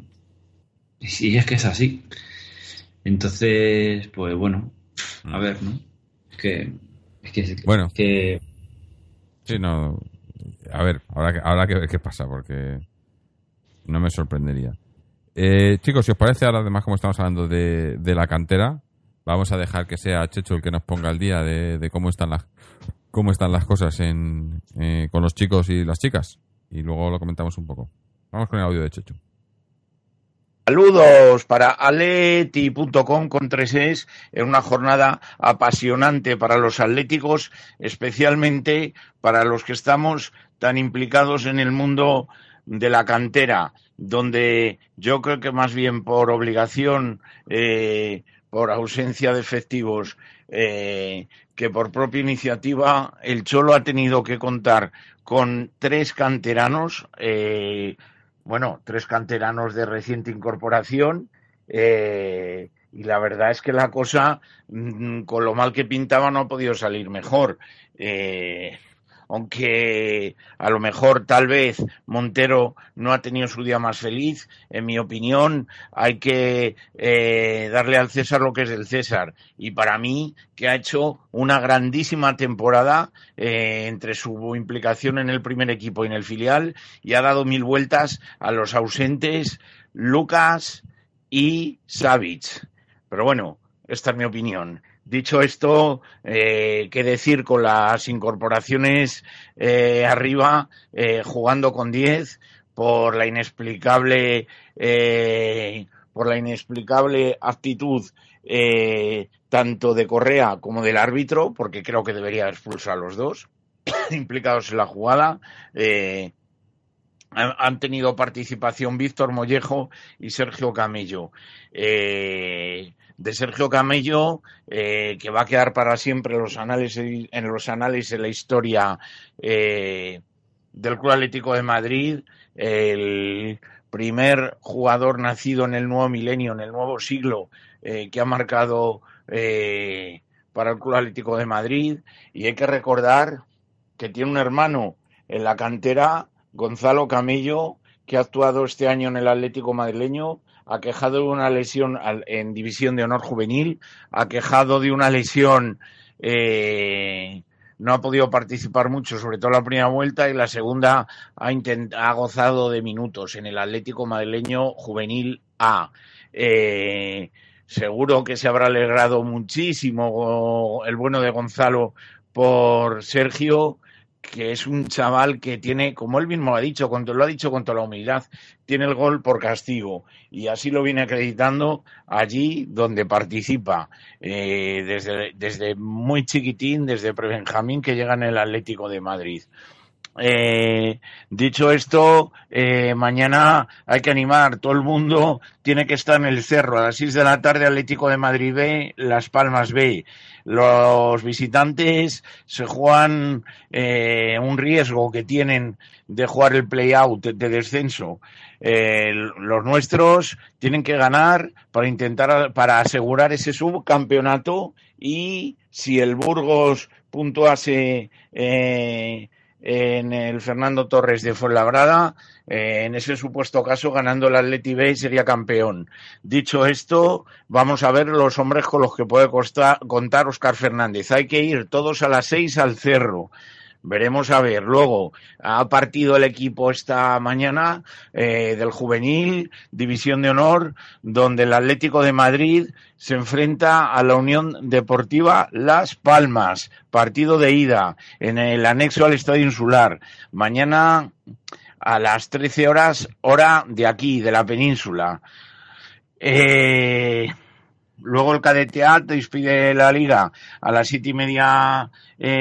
es que es así. Entonces, pues bueno, a ver, ¿no? Bueno, sí, no, a ver, habrá que ver qué pasa, porque no me sorprendería. Chicos, si os parece, ahora además, como estamos hablando de la cantera, vamos a dejar que sea Checho el que nos ponga al día de cómo están las cosas con los chicos y las chicas, y luego lo comentamos un poco. Vamos con el audio de Checho. Saludos para Atleti.com con 3Es, en una jornada apasionante para los atléticos, especialmente para los que estamos tan implicados en el mundo de la cantera, donde yo creo que más bien por obligación, por ausencia de efectivos, que por propia iniciativa, el Cholo ha tenido que contar con 3 canteranos, 3 canteranos de reciente incorporación, y la verdad es que la cosa, con lo mal que pintaba, no ha podido salir mejor. Aunque a lo mejor tal vez Montero no ha tenido su día más feliz, en mi opinión hay que darle al César lo que es del César, y para mí que ha hecho una grandísima temporada entre su implicación en el primer equipo y en el filial, y ha dado 1000 vueltas a los ausentes Lucas y Savic. Pero bueno, esta es mi opinión. Dicho esto, qué decir con las incorporaciones arriba, jugando con 10 por la inexplicable actitud tanto de Correa como del árbitro, porque creo que debería expulsar a los dos implicados en la jugada. Han tenido participación Víctor Mollejo y Sergio Camello. De Sergio Camello, que va a quedar para siempre en los anales de la historia del Club Atlético de Madrid, el primer jugador nacido en el nuevo milenio, en el nuevo siglo, que ha marcado para el Club Atlético de Madrid. Y hay que recordar que tiene un hermano en la cantera, Gonzalo Camello, que ha actuado este año en el Atlético madrileño, aquejado de una lesión en División de Honor Juvenil, aquejado de una lesión, no ha podido participar mucho, sobre todo en la primera vuelta, y la segunda ha gozado de minutos en el Atlético madrileño Juvenil A. Seguro que se habrá alegrado muchísimo el bueno de Gonzalo por Sergio, que es un chaval que tiene, como él mismo lo ha dicho con toda la humildad, tiene el gol por castigo, y así lo viene acreditando allí donde participa, desde muy chiquitín, desde prebenjamín, que llega en el Atlético de Madrid. Dicho esto, mañana hay que animar, todo el mundo tiene que estar en el Cerro a las 6 de la tarde, Atlético de Madrid B, Las Palmas B. Los visitantes se juegan un riesgo que tienen de jugar el play-out de descenso. Los nuestros tienen que ganar para asegurar ese subcampeonato, y si el Burgos puntuase en el Fernando Torres de Fuenlabrada, en ese supuesto caso, ganando el Atleti B, sería campeón. Dicho esto, vamos a ver los hombres con los que puede contar Óscar Fernández. Hay que ir todos a las 6 al Cerro. Veremos a ver. Luego ha partido el equipo esta mañana del Juvenil, División de Honor, donde el Atlético de Madrid se enfrenta a la Unión Deportiva Las Palmas. Partido de ida en el anexo al Estadio Insular. Mañana a las 13 horas, hora de aquí, de la península. Luego el Cadete A despide la Liga a las 7:30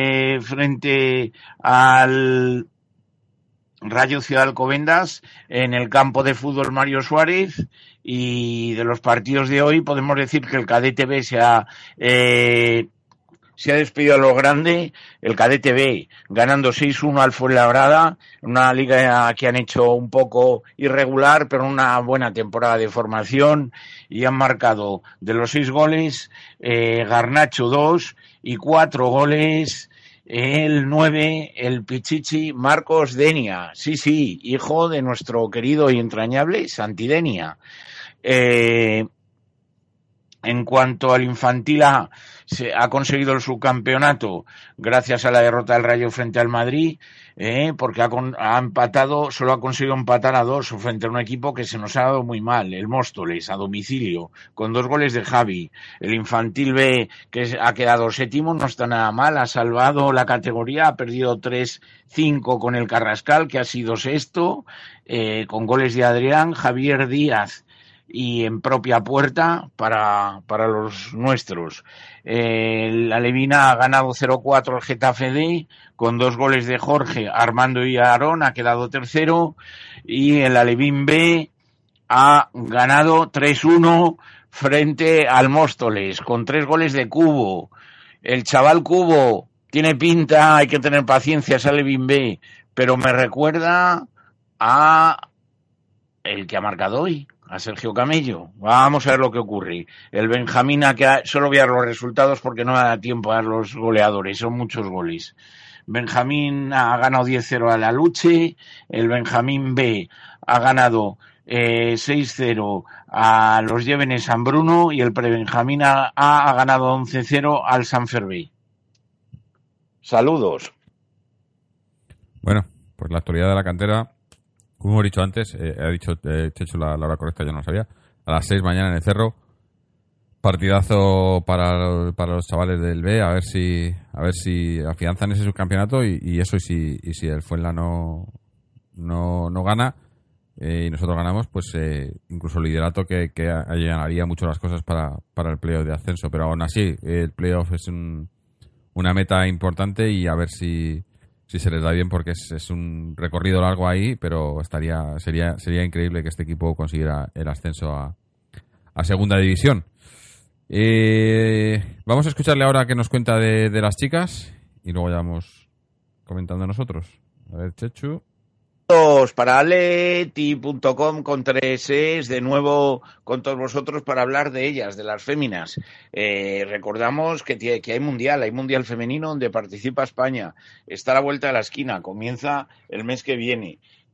frente al Rayo Ciudad de Alcobendas en el campo de fútbol Mario Suárez. Y de los partidos de hoy podemos decir que el Cadete B se ha despedido a lo grande. El Cadete B ganando 6-1 al Fuenlabrada, una liga que han hecho un poco irregular, pero una buena temporada de formación, y han marcado de los 6 goles Garnacho 2 y 4 goles el 9, el Pichichi Marcos Denia. Sí, hijo de nuestro querido y entrañable Santi Denia. En cuanto al Infantil A, se ha conseguido el subcampeonato gracias a la derrota del Rayo frente al Madrid, porque ha empatado, solo ha conseguido empatar a 2 frente a un equipo que se nos ha dado muy mal, el Móstoles, a domicilio, con 2 goles de Javi. El Infantil B, que ha quedado séptimo, no está nada mal, ha salvado la categoría, ha perdido 3-5 con el Carrascal, que ha sido sexto, con goles de Adrián, Javier Díaz, y en propia puerta para los nuestros. La Levina ha ganado 0-4 al Getafe D, con 2 goles de Jorge, Armando y Aarón, ha quedado tercero, y el Alevín B ha ganado 3-1 frente al Móstoles, con 3 goles de Cubo. El chaval Cubo tiene pinta, hay que tener paciencia, es Alevín B, pero me recuerda a el que ha marcado hoy, a Sergio Camello. Vamos a ver lo que ocurre. El Benjamín, solo voy a dar los resultados porque no me da tiempo a dar los goleadores, son muchos goles. Benjamín ha ganado 10-0 a la Luche, el Benjamín B ha ganado 6-0 a los Llévenes San Bruno, y el Prebenjamín A ha ganado 11-0 al San Fervé. Saludos. Bueno, pues la actualidad de la cantera, como hemos dicho antes, ha dicho Chechu la hora correcta, yo no lo sabía, a las 6 mañana en el Cerro. Partidazo para los chavales del B, a ver si afianzan ese subcampeonato y eso, y si el Fuenla no gana y nosotros ganamos, pues incluso el liderato que allanaría mucho las cosas para el playoff de ascenso. Pero aún así, el playoff es una meta importante y a ver si se les da bien, porque es un recorrido largo ahí, pero sería increíble que este equipo consiguiera el ascenso a segunda división. Vamos a escucharle ahora qué nos cuenta de las chicas y luego ya vamos comentando nosotros. A ver, Chechu. Para aleti.com con 3 de nuevo con todos vosotros para hablar de ellas, de las féminas. Recordamos que hay mundial femenino donde participa España. Está a la vuelta de la esquina, comienza el mes que viene.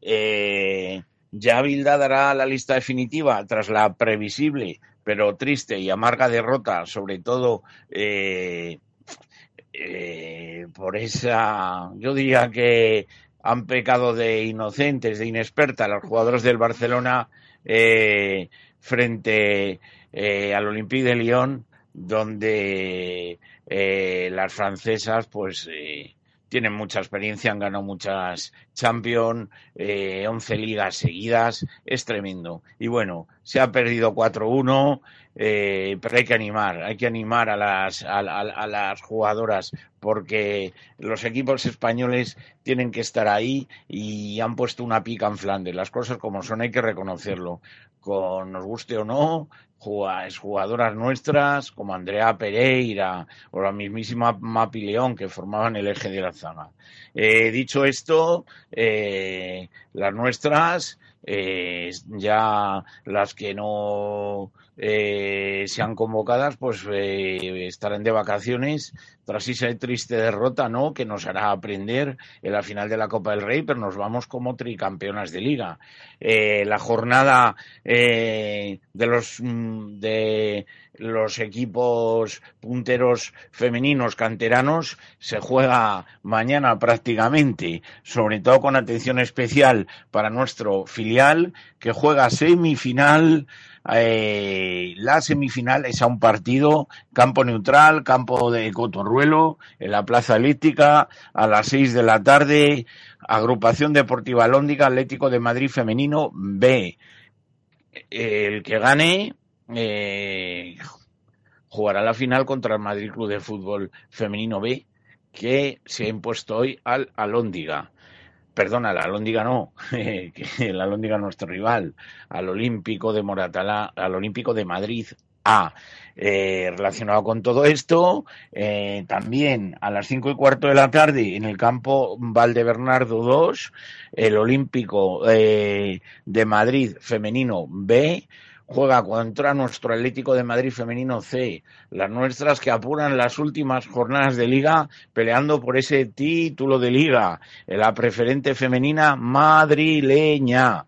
Ya Bilda dará la lista definitiva tras la previsible pero triste y amarga derrota, sobre todo por esa, yo diría que han pecado de inocentes, de inexpertas los jugadores del Barcelona frente al Olympique de Lyon, donde las francesas pues tienen mucha experiencia, han ganado muchas Champions, 11 ligas seguidas, es tremendo. Y bueno, se ha perdido 4-1, pero hay que animar a las jugadoras, porque los equipos españoles tienen que estar ahí y han puesto una pica en Flandes. Las cosas como son, hay que reconocerlo. Nos guste o no, jugadoras nuestras como Andrea Pereira o la mismísima Mapi León, que formaban el eje de la zaga. Dicho esto, las nuestras, ya las que no sean convocadas, pues estarán de vacaciones tras esa triste derrota, ¿no?, que nos hará aprender en la final de la Copa del Rey, pero nos vamos como tricampeonas de liga. La jornada de los equipos punteros femeninos canteranos se juega mañana prácticamente, sobre todo con atención especial para nuestro filial, que juega semifinal. La semifinal es a un partido, campo neutral, campo de Cotorruelo, en la Plaza Elíptica, a las 6 de la tarde, Agrupación Deportiva Alhóndiga, Atlético de Madrid Femenino B. El que gane jugará la final contra el Madrid Club de Fútbol Femenino B, que se ha impuesto hoy al Alhóndiga. Perdona, la Alhóndiga no, que la Alhóndiga es nuestro rival, al Olímpico de Moratalá, al Olímpico de Madrid A. Relacionado con todo esto, también a las 5:15 de la tarde en el campo Valdebernardo 2, el Olímpico de Madrid Femenino B juega contra nuestro Atlético de Madrid Femenino C, las nuestras que apuran las últimas jornadas de liga peleando por ese título de liga, la preferente femenina madrileña.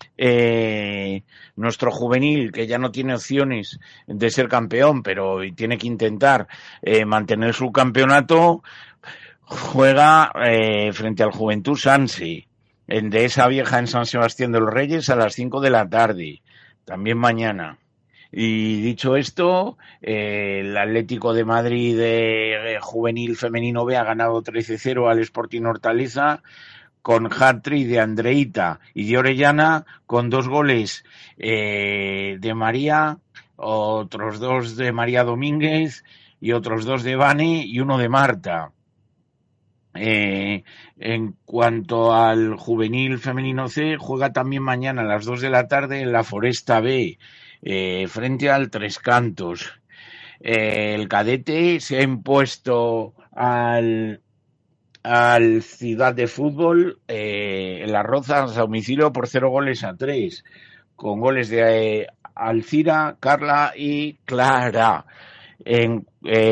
Nuestro juvenil, que ya no tiene opciones de ser campeón, pero tiene que intentar mantener su campeonato, juega frente al Juventud Sanse, en Dehesa Vieja en San Sebastián de los Reyes a las 5 de la tarde. También mañana. Y dicho esto, el Atlético de Madrid juvenil femenino B ha ganado 13-0 al Sporting Hortaleza, con hat-trick de Andreita y de Orellana, con 2 goles de María, otros 2 de María Domínguez y otros 2 de Vane y 1 de Marta. En cuanto al juvenil femenino C, juega también mañana a las 2 de la tarde en la Foresta B, frente al Tres Cantos. El cadete se ha impuesto al Ciudad de Fútbol en Las Rozas a domicilio por 0-3, con goles de Alcira, Carla y Clara. En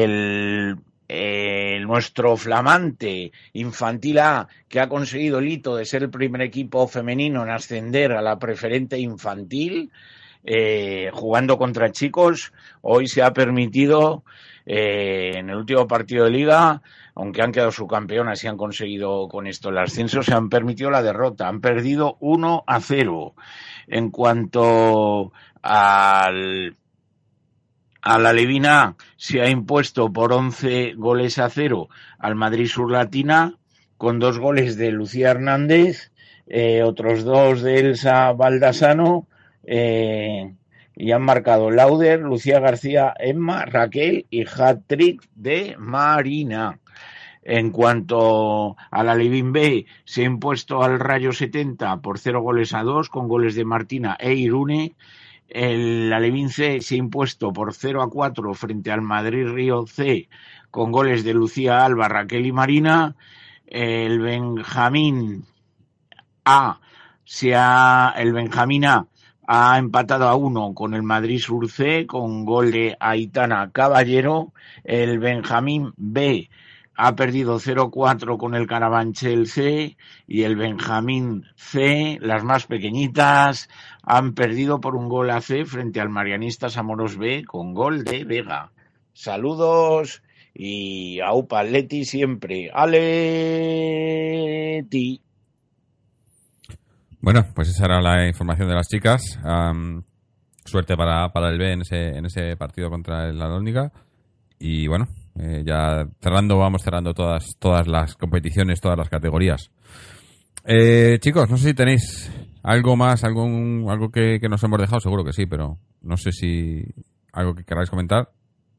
nuestro flamante Infantil A, que ha conseguido el hito de ser el primer equipo femenino en ascender a la preferente infantil, jugando contra chicos, hoy se ha permitido en el último partido de liga, aunque han quedado subcampeonas y han conseguido con esto el ascenso, se han permitido la derrota, han perdido 1-0. En cuanto al A la Levina se ha impuesto por 11-0 al Madrid Surlatina, con 2 goles de Lucía Hernández, otros 2 de Elsa Baldasano, y han marcado Lauder, Lucía García, Emma, Raquel y hat-trick de Marina. En cuanto a la Levin B, se ha impuesto al Rayo 70 por 0-2, con goles de Martina e Irune. El Levin C se ha impuesto por 0-4 frente al Madrid Río C, con goles de Lucía Alba, Raquel y Marina. El Benjamín A ha empatado a 1 con el Madrid Sur C, con gol de Aitana Caballero. El Benjamín B ha perdido 0-4 con el Carabanchel C, y el Benjamín C, las más pequeñitas, han perdido por 1-0 frente al Marianistas Amoros B, con gol de Vega. Saludos y aupa Atleti siempre. Atleti. Bueno, pues esa era la información de las chicas. Suerte para el B en ese partido contra el Alhóndiga. Y bueno, ya vamos cerrando todas las competiciones, todas las categorías. Chicos, no sé si tenéis algo más, algo que nos hemos dejado, seguro que sí, pero no sé si algo que queráis comentar.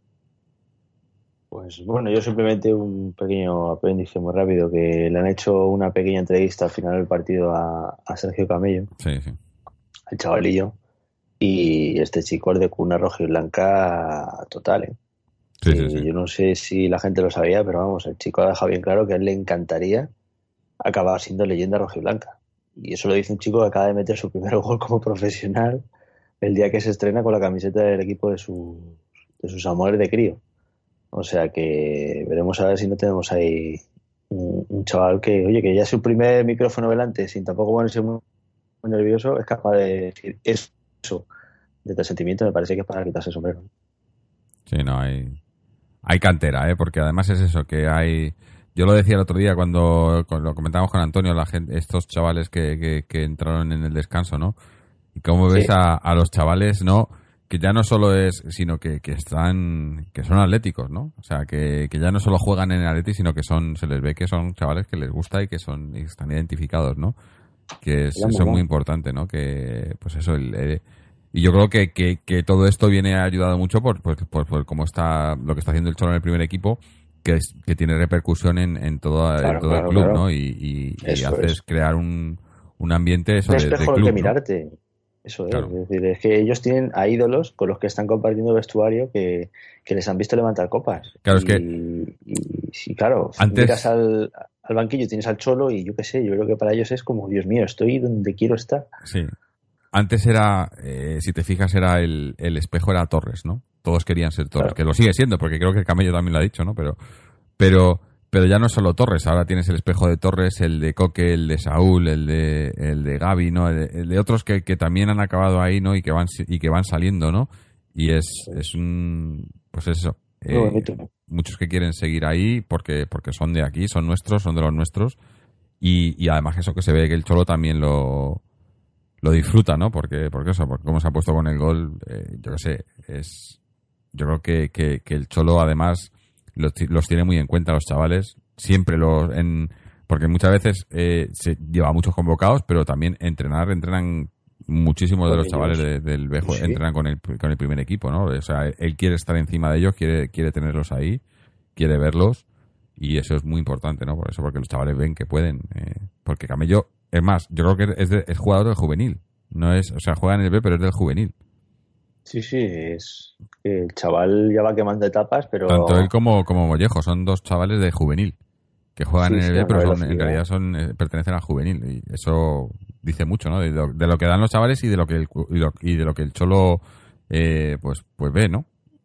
Pues bueno, yo simplemente un pequeño apéndice muy rápido, que le han hecho una pequeña entrevista al final del partido a Sergio Camello, sí. el chavalillo, y este chico es de cuna rojiblanca total, ¿eh? Sí. Yo no sé si la gente lo sabía, pero vamos, el chico ha dejado bien claro que a él le encantaría acabar siendo leyenda rojiblanca. Y eso lo dice un chico que acaba de meter su primer gol como profesional el día que se estrena con la camiseta del equipo de sus amores de crío. O sea que veremos a ver si no tenemos ahí un chaval que, oye, que ya es su primer micrófono delante, sin tampoco ponerse muy nervioso, es capaz de decir eso. De tal sentimiento me parece que es para quitarse el sombrero. Sí, no, hay cantera, porque además es eso, que hay... Yo lo decía el otro día cuando lo comentábamos con Antonio, la gente, estos chavales que entraron en el descanso, ¿no? Y cómo ves a los chavales, ¿no? Que ya no solo es, sino que son atléticos, ¿no? O sea, que ya no solo juegan en el Atleti, sino que se les ve que son chavales que les gusta y que están identificados, ¿no? Que eso es muy importante, ¿no? Que, pues eso, y yo creo que todo esto viene ayudado mucho por cómo está lo que está haciendo el Cholo en el primer equipo, que tiene repercusión en todo el club, claro. ¿No? Y haces crear un ambiente eso de espejo club, que ¿no? mirarte. Eso es, claro. Es decir, es que ellos tienen a ídolos con los que están compartiendo vestuario que les han visto levantar copas. Claro, es que y claro, antes miras al banquillo, tienes al Cholo y yo qué sé, yo creo que para ellos es como, Dios mío, estoy donde quiero estar. Sí. Antes era, si te fijas, era el espejo era Torres, ¿no? Todos querían ser Torres, claro. Que lo sigue siendo, porque creo que el Camello también lo ha dicho, ¿no? Pero ya no solo Torres, ahora tienes el espejo de Torres, el de Coque, el de Saúl, el de Gaby, ¿no? El de otros que también han acabado ahí, ¿no? Y que van saliendo, ¿no? Y es un, pues eso. Muchos que quieren seguir ahí porque son de aquí, son nuestros, son de los nuestros. Y además eso que se ve que el Cholo también lo disfruta, ¿no? Porque como se ha puesto con el gol, yo qué sé, yo creo que el Cholo además los tiene muy en cuenta los chavales, siempre porque muchas veces se lleva a muchos convocados, pero también entrenan muchísimos de los chavales del Bejo, sí. Entrenan con el primer equipo, ¿no? O sea, él quiere estar encima de ellos, quiere tenerlos ahí, quiere verlos, y eso es muy importante, ¿no? Por eso, porque los chavales ven que pueden, porque Camello, es más, yo creo que es jugador del juvenil, no es, o sea, juega en el B, pero es del juvenil. Sí, es el chaval ya va quemando etapas, pero... Tanto él como Mollejo son dos chavales de juvenil que juegan en el B, pero en realidad pertenecen al juvenil, y eso dice mucho, ¿no? De lo que dan los chavales y de lo que el Cholo pues ve, ¿no?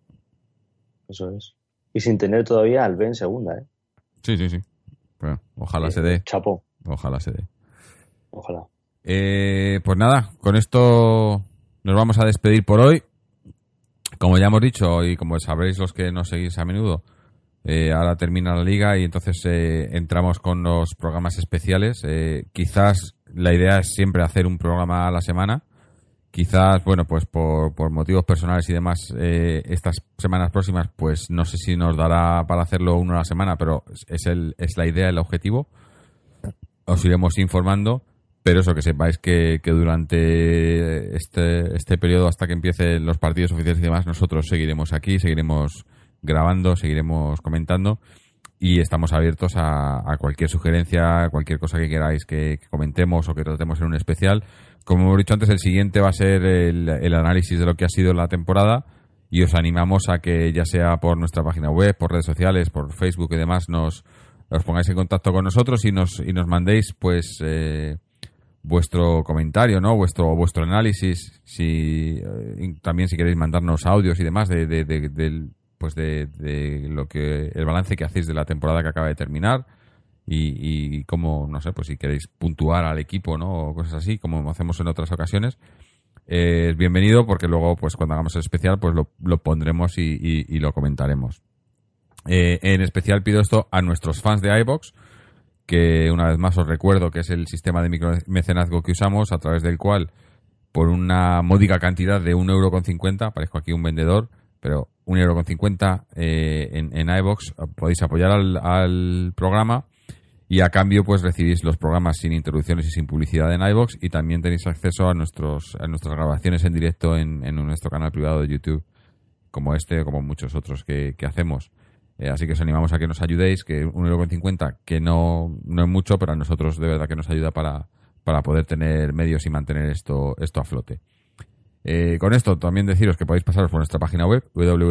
Eso es. Y sin tener todavía al B en segunda, ¿eh? Sí. Bueno, ojalá se dé. Chapo. Ojalá se dé. Ojalá. Pues nada, con esto nos vamos a despedir por hoy. Como ya hemos dicho y como sabréis los que nos seguís a menudo, ahora termina la liga y entonces entramos con los programas especiales. Quizás la idea es siempre hacer un programa a la semana, Quizás, bueno, pues por motivos personales y demás, estas semanas próximas, pues no sé si nos dará para hacerlo uno a la semana, pero es la idea, el objetivo. Os iremos informando, pero eso, que sepáis que durante este periodo, hasta que empiecen los partidos oficiales y demás, nosotros seguiremos aquí, seguiremos grabando, seguiremos comentando y estamos abiertos a cualquier sugerencia, cualquier cosa que queráis que comentemos o que tratemos en un especial. Como hemos dicho antes, el siguiente va a ser el análisis de lo que ha sido la temporada y os animamos a que, ya sea por nuestra página web, por redes sociales, por Facebook y demás, os pongáis en contacto con nosotros y nos mandéis pues vuestro comentario, ¿no? Vuestro análisis, también si queréis mandarnos audios y demás de lo que el balance que hacéis de la temporada que acaba de terminar. Y como, no sé, pues si queréis puntuar al equipo, ¿no? O cosas así, como hacemos en otras ocasiones, es bienvenido, porque luego, pues cuando hagamos el especial, pues lo pondremos y lo comentaremos. En especial pido esto a nuestros fans de iVoox, que una vez más os recuerdo que es el sistema de micromecenazgo que usamos, a través del cual, por una módica cantidad de 1,50 €, parezco aquí un vendedor, pero 1,50 € en iVoox, podéis apoyar al programa. Y a cambio, pues recibís los programas sin interrupciones y sin publicidad en iVoox, y también tenéis acceso a nuestras grabaciones en directo en nuestro canal privado de YouTube, como como muchos otros que hacemos. Así que os animamos a que nos ayudéis, que 1,50 €, que no es mucho, pero a nosotros de verdad que nos ayuda para poder tener medios y mantener esto a flote. Con esto también deciros que podéis pasaros por nuestra página web,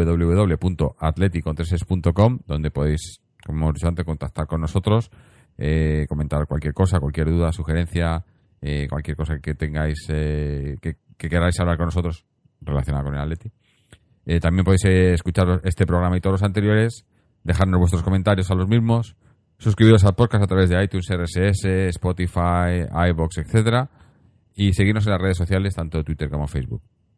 www.atleticontreses.com, donde podéis, como hemos dicho antes, contactar con nosotros, comentar cualquier cosa, cualquier duda, sugerencia, cualquier cosa que tengáis, que queráis hablar con nosotros relacionada con el Atleti. También podéis escuchar este programa y todos los anteriores, dejarnos vuestros comentarios a los mismos, suscribiros al podcast a través de iTunes, RSS, Spotify, iVoox, etcétera, y seguirnos en las redes sociales, tanto Twitter como Facebook.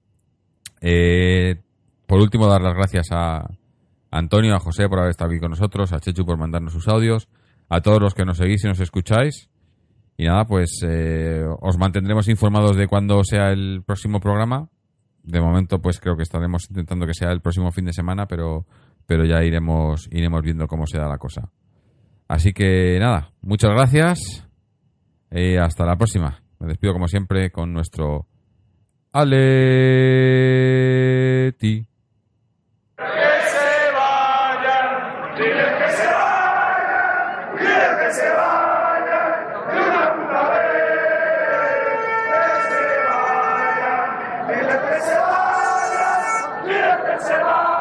Por último, dar las gracias a Antonio, a José por haber estado aquí con nosotros, a Chechu por mandarnos sus audios, a todos los que nos seguís y nos escucháis. Y nada, pues os mantendremos informados de cuándo sea el próximo programa. De momento, pues creo que estaremos intentando que sea el próximo fin de semana, pero ya iremos viendo cómo se da la cosa. Así que nada, muchas gracias y hasta la próxima. Me despido como siempre con nuestro Atleti. Que se vaya,